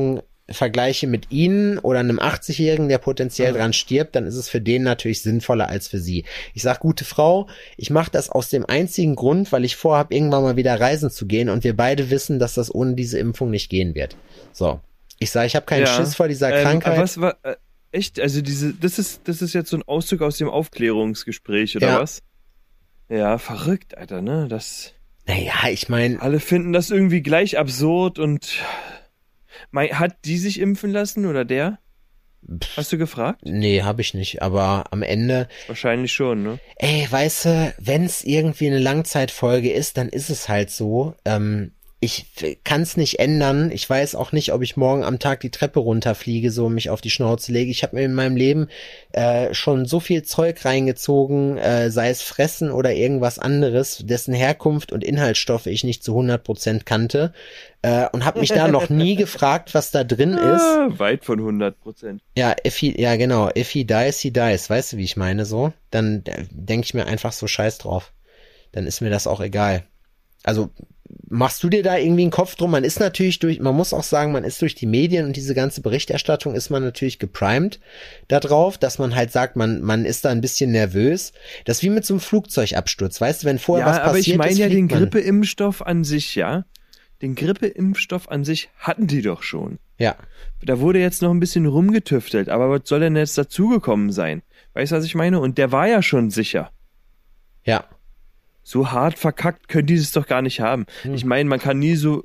vergleiche mit Ihnen oder einem 80-Jährigen, der potenziell dran stirbt, dann ist es für den natürlich sinnvoller als für Sie. Ich sag, gute Frau, ich mache das aus dem einzigen Grund, weil ich vorhabe, irgendwann mal wieder reisen zu gehen und wir beide wissen, dass das ohne diese Impfung nicht gehen wird. So. Ich sage, ich habe keinen Schiss vor dieser Krankheit. Was war, echt? Also das ist jetzt so ein Auszug aus dem Aufklärungsgespräch, oder was? Ja, verrückt, Alter, ne? Naja, ich meine... Alle finden das irgendwie gleich absurd und... Hat die sich impfen lassen oder der? Hast du gefragt? Nee, habe ich nicht, aber am Ende... Wahrscheinlich schon, ne? Ey, weißt du, wenn es irgendwie eine Langzeitfolge ist, dann ist es halt so. Ich kann es nicht ändern. Ich weiß auch nicht, ob ich morgen am Tag die Treppe runterfliege, so mich auf die Schnauze lege. Ich habe mir in meinem Leben schon so viel Zeug reingezogen, sei es Fressen oder irgendwas anderes, dessen Herkunft und Inhaltsstoffe ich nicht zu 100% kannte und habe mich da noch nie gefragt, was da drin ist. Weit von 100%. Ja, genau. If he dies, he dies. Weißt du, wie ich meine so? Dann denke ich mir einfach so scheiß drauf. Dann ist mir das auch egal. Also machst du dir da irgendwie einen Kopf drum? Man ist natürlich man muss auch sagen, man ist durch die Medien und diese ganze Berichterstattung ist man natürlich geprimed da drauf, dass man halt sagt, man ist da ein bisschen nervös. Das ist wie mit so einem Flugzeugabsturz, weißt du, wenn vorher was passiert ist, aber ich meine ja den Grippeimpfstoff an sich, ja. Den Grippeimpfstoff an sich hatten die doch schon. Ja. Da wurde jetzt noch ein bisschen rumgetüftelt, aber was soll denn jetzt dazugekommen sein? Weißt du, was ich meine? Und der war ja schon sicher. Ja. So hart verkackt können die es doch gar nicht haben. Ich meine, man kann nie so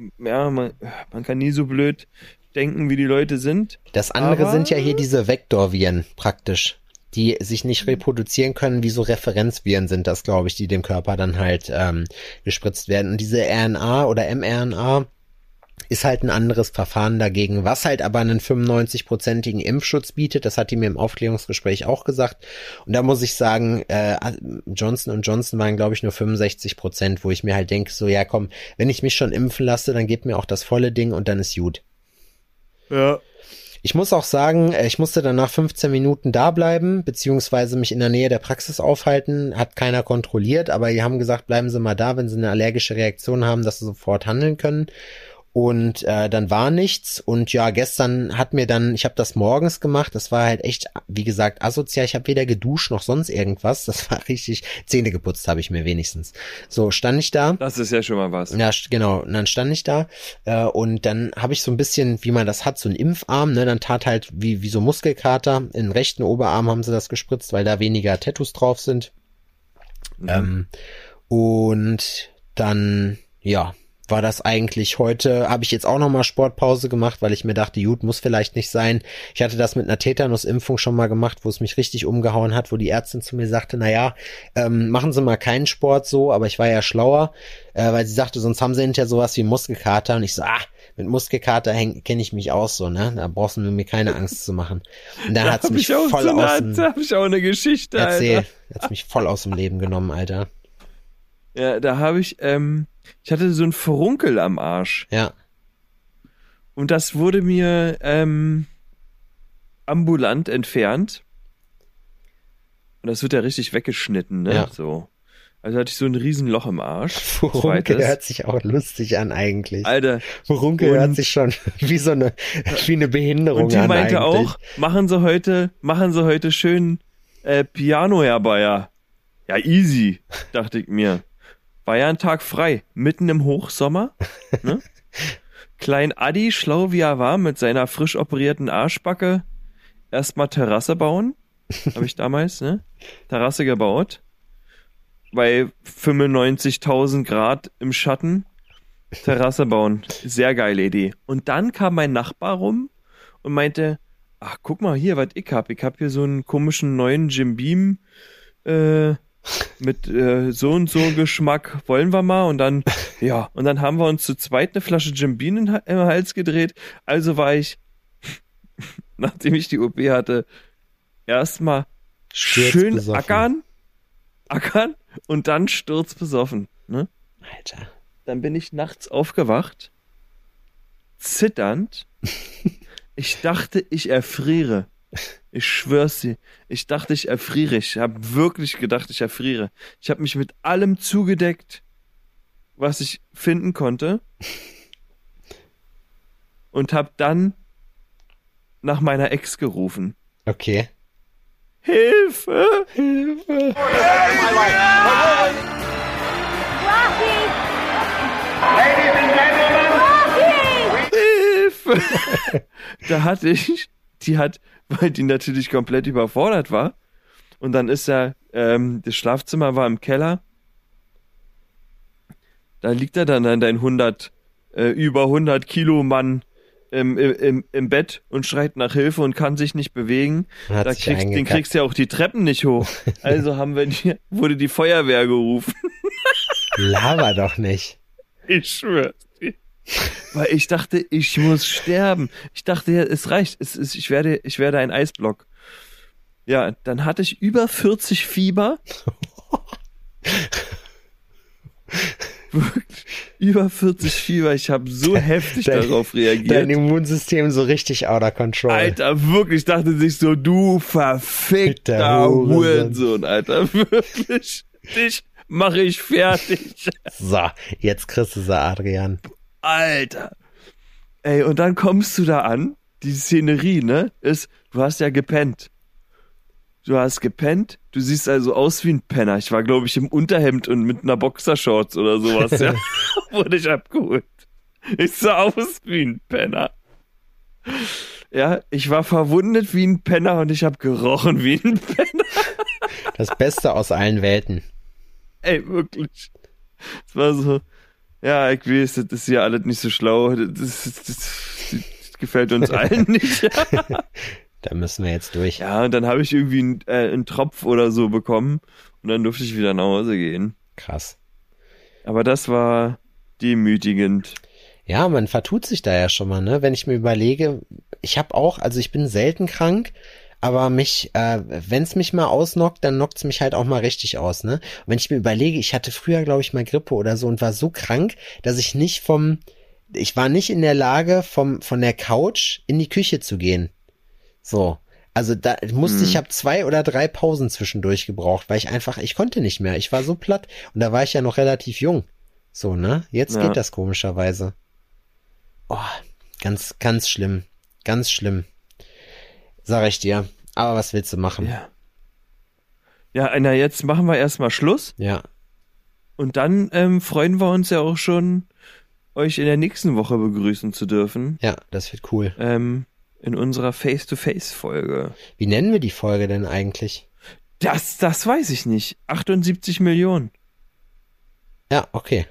blöd denken, wie die Leute sind. Das andere sind ja hier diese Vektorviren praktisch, die sich nicht reproduzieren können, wie so Referenzviren sind das, glaube ich, die dem Körper dann halt gespritzt werden. Und diese RNA oder mRNA ist halt ein anderes Verfahren dagegen, was halt aber einen 95-prozentigen Impfschutz bietet. Das hat die mir im Aufklärungsgespräch auch gesagt. Und da muss ich sagen, Johnson & Johnson waren, glaube ich, nur 65%, wo ich mir halt denke, so, ja komm, wenn ich mich schon impfen lasse, dann gebt mir auch das volle Ding und dann ist gut. Ja. Ich muss auch sagen, ich musste danach 15 Minuten da bleiben, beziehungsweise mich in der Nähe der Praxis aufhalten. Hat keiner kontrolliert, aber die haben gesagt, bleiben Sie mal da, wenn Sie eine allergische Reaktion haben, dass Sie sofort handeln können. Und dann war nichts und ja, gestern ich habe das morgens gemacht, das war halt echt, wie gesagt, asozial, ich habe weder geduscht noch sonst irgendwas, das war richtig, Zähne geputzt habe ich mir wenigstens. So, stand ich da. Das ist ja schon mal was. Ja, genau, und dann stand ich da und dann habe ich so ein bisschen, wie man das hat, so einen Impfarm, ne, dann tat halt wie so Muskelkater, in den rechten Oberarm haben sie das gespritzt, weil da weniger Tattoos drauf sind. Und dann, ja, war das eigentlich heute, habe ich jetzt auch nochmal Sportpause gemacht, weil ich mir dachte, gut, muss vielleicht nicht sein. Ich hatte das mit einer Tetanusimpfung schon mal gemacht, wo es mich richtig umgehauen hat, wo die Ärztin zu mir sagte, naja, machen Sie mal keinen Sport so, aber ich war ja schlauer, weil sie sagte, sonst haben Sie hinterher sowas wie Muskelkater und ich so, mit Muskelkater kenne ich mich aus so, ne? Da brauchst du mir keine Angst zu machen. Und dann hat's mich voll Da hab ich auch eine Geschichte, Alter. Hat's mich voll aus dem Leben genommen, Alter. Ja, da habe ich hatte so ein Furunkel am Arsch. Ja. Und das wurde mir ambulant entfernt. Und das wird ja richtig weggeschnitten, ne? Ja. So. Also hatte ich so ein Riesenloch im Arsch. Furunkel hört sich auch lustig an eigentlich. Alter. Furunkel hört sich schon wie eine Behinderung an. Und die meinte eigentlich. auch, machen Sie heute schön Piano herbei. Ja, easy, dachte ich mir. War ja ein Tag frei, mitten im Hochsommer. Ne? Klein Adi, schlau wie er war, mit seiner frisch operierten Arschbacke, erstmal Terrasse bauen. Habe ich damals, ne? Terrasse gebaut. Bei 95.000 Grad im Schatten. Terrasse bauen. Sehr geile Idee. Und dann kam mein Nachbar rum und meinte, ach, guck mal hier, was ich hab. Ich hab hier so einen komischen neuen Jim Beam, mit so und so Geschmack, wollen wir mal? Und dann, ja, und dann haben wir uns zu zweit eine Flasche Jim Beam im Hals gedreht. Also war ich, nachdem ich die OP hatte, erstmal schön ackern und dann sturzbesoffen. Ne? Alter. Dann bin ich nachts aufgewacht, zitternd. Ich dachte, ich erfriere. Ich schwör's dir. Ich dachte, ich erfriere. Ich habe wirklich gedacht, ich erfriere. Ich habe mich mit allem zugedeckt, was ich finden konnte. Und habe dann nach meiner Ex gerufen. Okay. Hilfe! Hilfe! Hilfe! Weil die natürlich komplett überfordert war. Und dann ist das Schlafzimmer war im Keller. Da liegt er dann dein über 100 Kilo Mann im Bett und schreit nach Hilfe und kann sich nicht bewegen. Den kriegst du ja auch die Treppen nicht hoch. Also wurde die Feuerwehr gerufen. Laber doch nicht. Ich schwör's dir. Weil ich dachte, ich muss sterben. Ich dachte, ja, es reicht. Ich werde ein Eisblock. Ja, dann hatte ich über 40 Fieber. Wirklich, über 40 Fieber. Ich habe so heftig darauf reagiert. Dein Immunsystem so richtig out of control. Alter, wirklich, dachte sich so, du verfickter Hurensohn, Alter. Wirklich, dich mache ich fertig. So, jetzt kriegst du sie, Adrian. Alter. Ey, und dann kommst du da an, die Szenerie, ne, ist, du hast ja gepennt. Du hast gepennt, du siehst also aus wie ein Penner. Ich war, glaube ich, im Unterhemd und mit einer Boxershorts oder sowas, ja. Wurde ich abgeholt. Ich sah aus wie ein Penner. Ja, ich war verwundet wie ein Penner und ich habe gerochen wie ein Penner. Das Beste aus allen Welten. Ey, wirklich. Es war so, ja, ich weiß, das ist ja alles nicht so schlau. Das gefällt uns allen nicht. Da müssen wir jetzt durch. Ja, und dann habe ich irgendwie einen Tropf oder so bekommen und dann durfte ich wieder nach Hause gehen. Krass. Aber das war demütigend. Ja, man vertut sich da ja schon mal, ne? Wenn ich mir überlege, ich bin selten krank, aber wenn es mich mal ausnockt, dann knockt's mich halt auch mal richtig aus, ne? Und wenn ich mir überlege, ich hatte früher, glaube ich, mal Grippe oder so und war so krank, dass ich war nicht in der Lage, von der Couch in die Küche zu gehen. So, also ich habe 2 oder 3 Pausen zwischendurch gebraucht, weil ich konnte nicht mehr. Ich war so platt und da war ich ja noch relativ jung. So, ne? Jetzt geht das komischerweise. Oh, ganz, ganz schlimm. Ganz schlimm. Sag ich dir. Aber was willst du machen? Ja. Ja, na, jetzt machen wir erstmal Schluss. Ja. Und dann freuen wir uns ja auch schon, euch in der nächsten Woche begrüßen zu dürfen. Ja, das wird cool. In unserer Face-to-Face-Folge. Wie nennen wir die Folge denn eigentlich? Das weiß ich nicht. 78 Millionen. Ja, okay.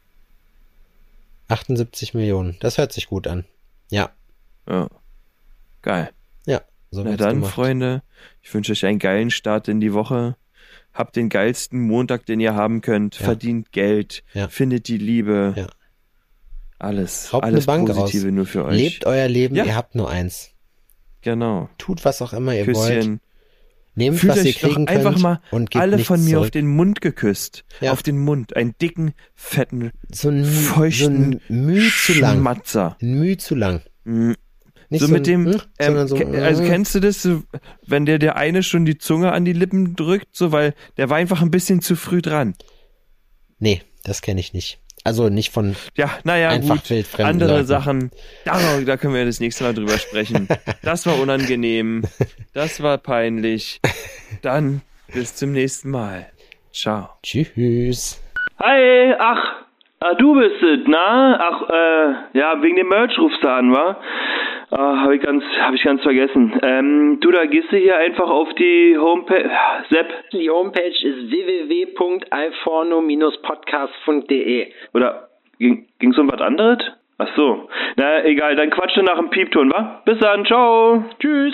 78 Millionen. Das hört sich gut an. Ja. Ja. Geil. Ja, so Na wird's dann, gemacht. Freunde, ich wünsche euch einen geilen Start in die Woche. Habt den geilsten Montag, den ihr haben könnt. Ja. Verdient Geld. Ja. Findet die Liebe. Ja. Alles Raubt alles eine Bank Positive aus. nur für euch. Lebt euer Leben, Ja. ihr habt nur eins. Genau. Tut was auch immer ihr wollt. Küsschen. Nehmt, Fühlt was ihr euch doch kriegen einfach könnt mal und gebt alle nichts von mir zurück. auf den Mund geküsst. Ja. Auf den Mund. Einen dicken, fetten, so ein feuchten Mühe zu lang. Schmatzer. Ein Mühe zu lang. Nicht So mit dem, sondern so, also kennst du das, so, wenn der eine schon die Zunge an die Lippen drückt, so, weil der war einfach ein bisschen zu früh dran. Nee, das kenne ich nicht. Also nicht von Ja, naja, einfach gut. wildfremden Andere Leuten. Sachen, da können wir das nächste Mal drüber sprechen. Das war unangenehm. Das war peinlich. Dann bis zum nächsten Mal. Ciao. Tschüss. Hi, du bist es, na? Ja, wegen dem Merch rufst du an, wa? Hab ich ganz vergessen. Du, da gehst du hier einfach auf die Homepage. Sepp. Die Homepage ist www.alforno-podcast.de. Oder ging's um was anderes? Ach so. Na, egal, dann quatsche nach dem Piepton, wa? Bis dann, ciao. Tschüss.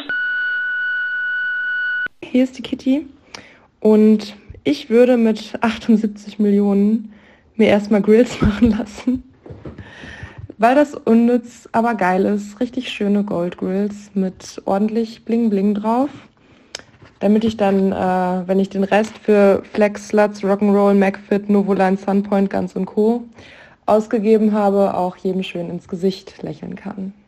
Hier ist die Kitty und ich würde mit 78 Millionen mir erstmal Grills machen lassen, weil das unnütz, aber geil ist. Richtig schöne Goldgrills mit ordentlich Bling Bling drauf, damit ich dann, wenn ich den Rest für Flex, Sluts, Rock'n'Roll, McFit, Novoline, Sunpoint, Guns und Co. ausgegeben habe, auch jedem schön ins Gesicht lächeln kann.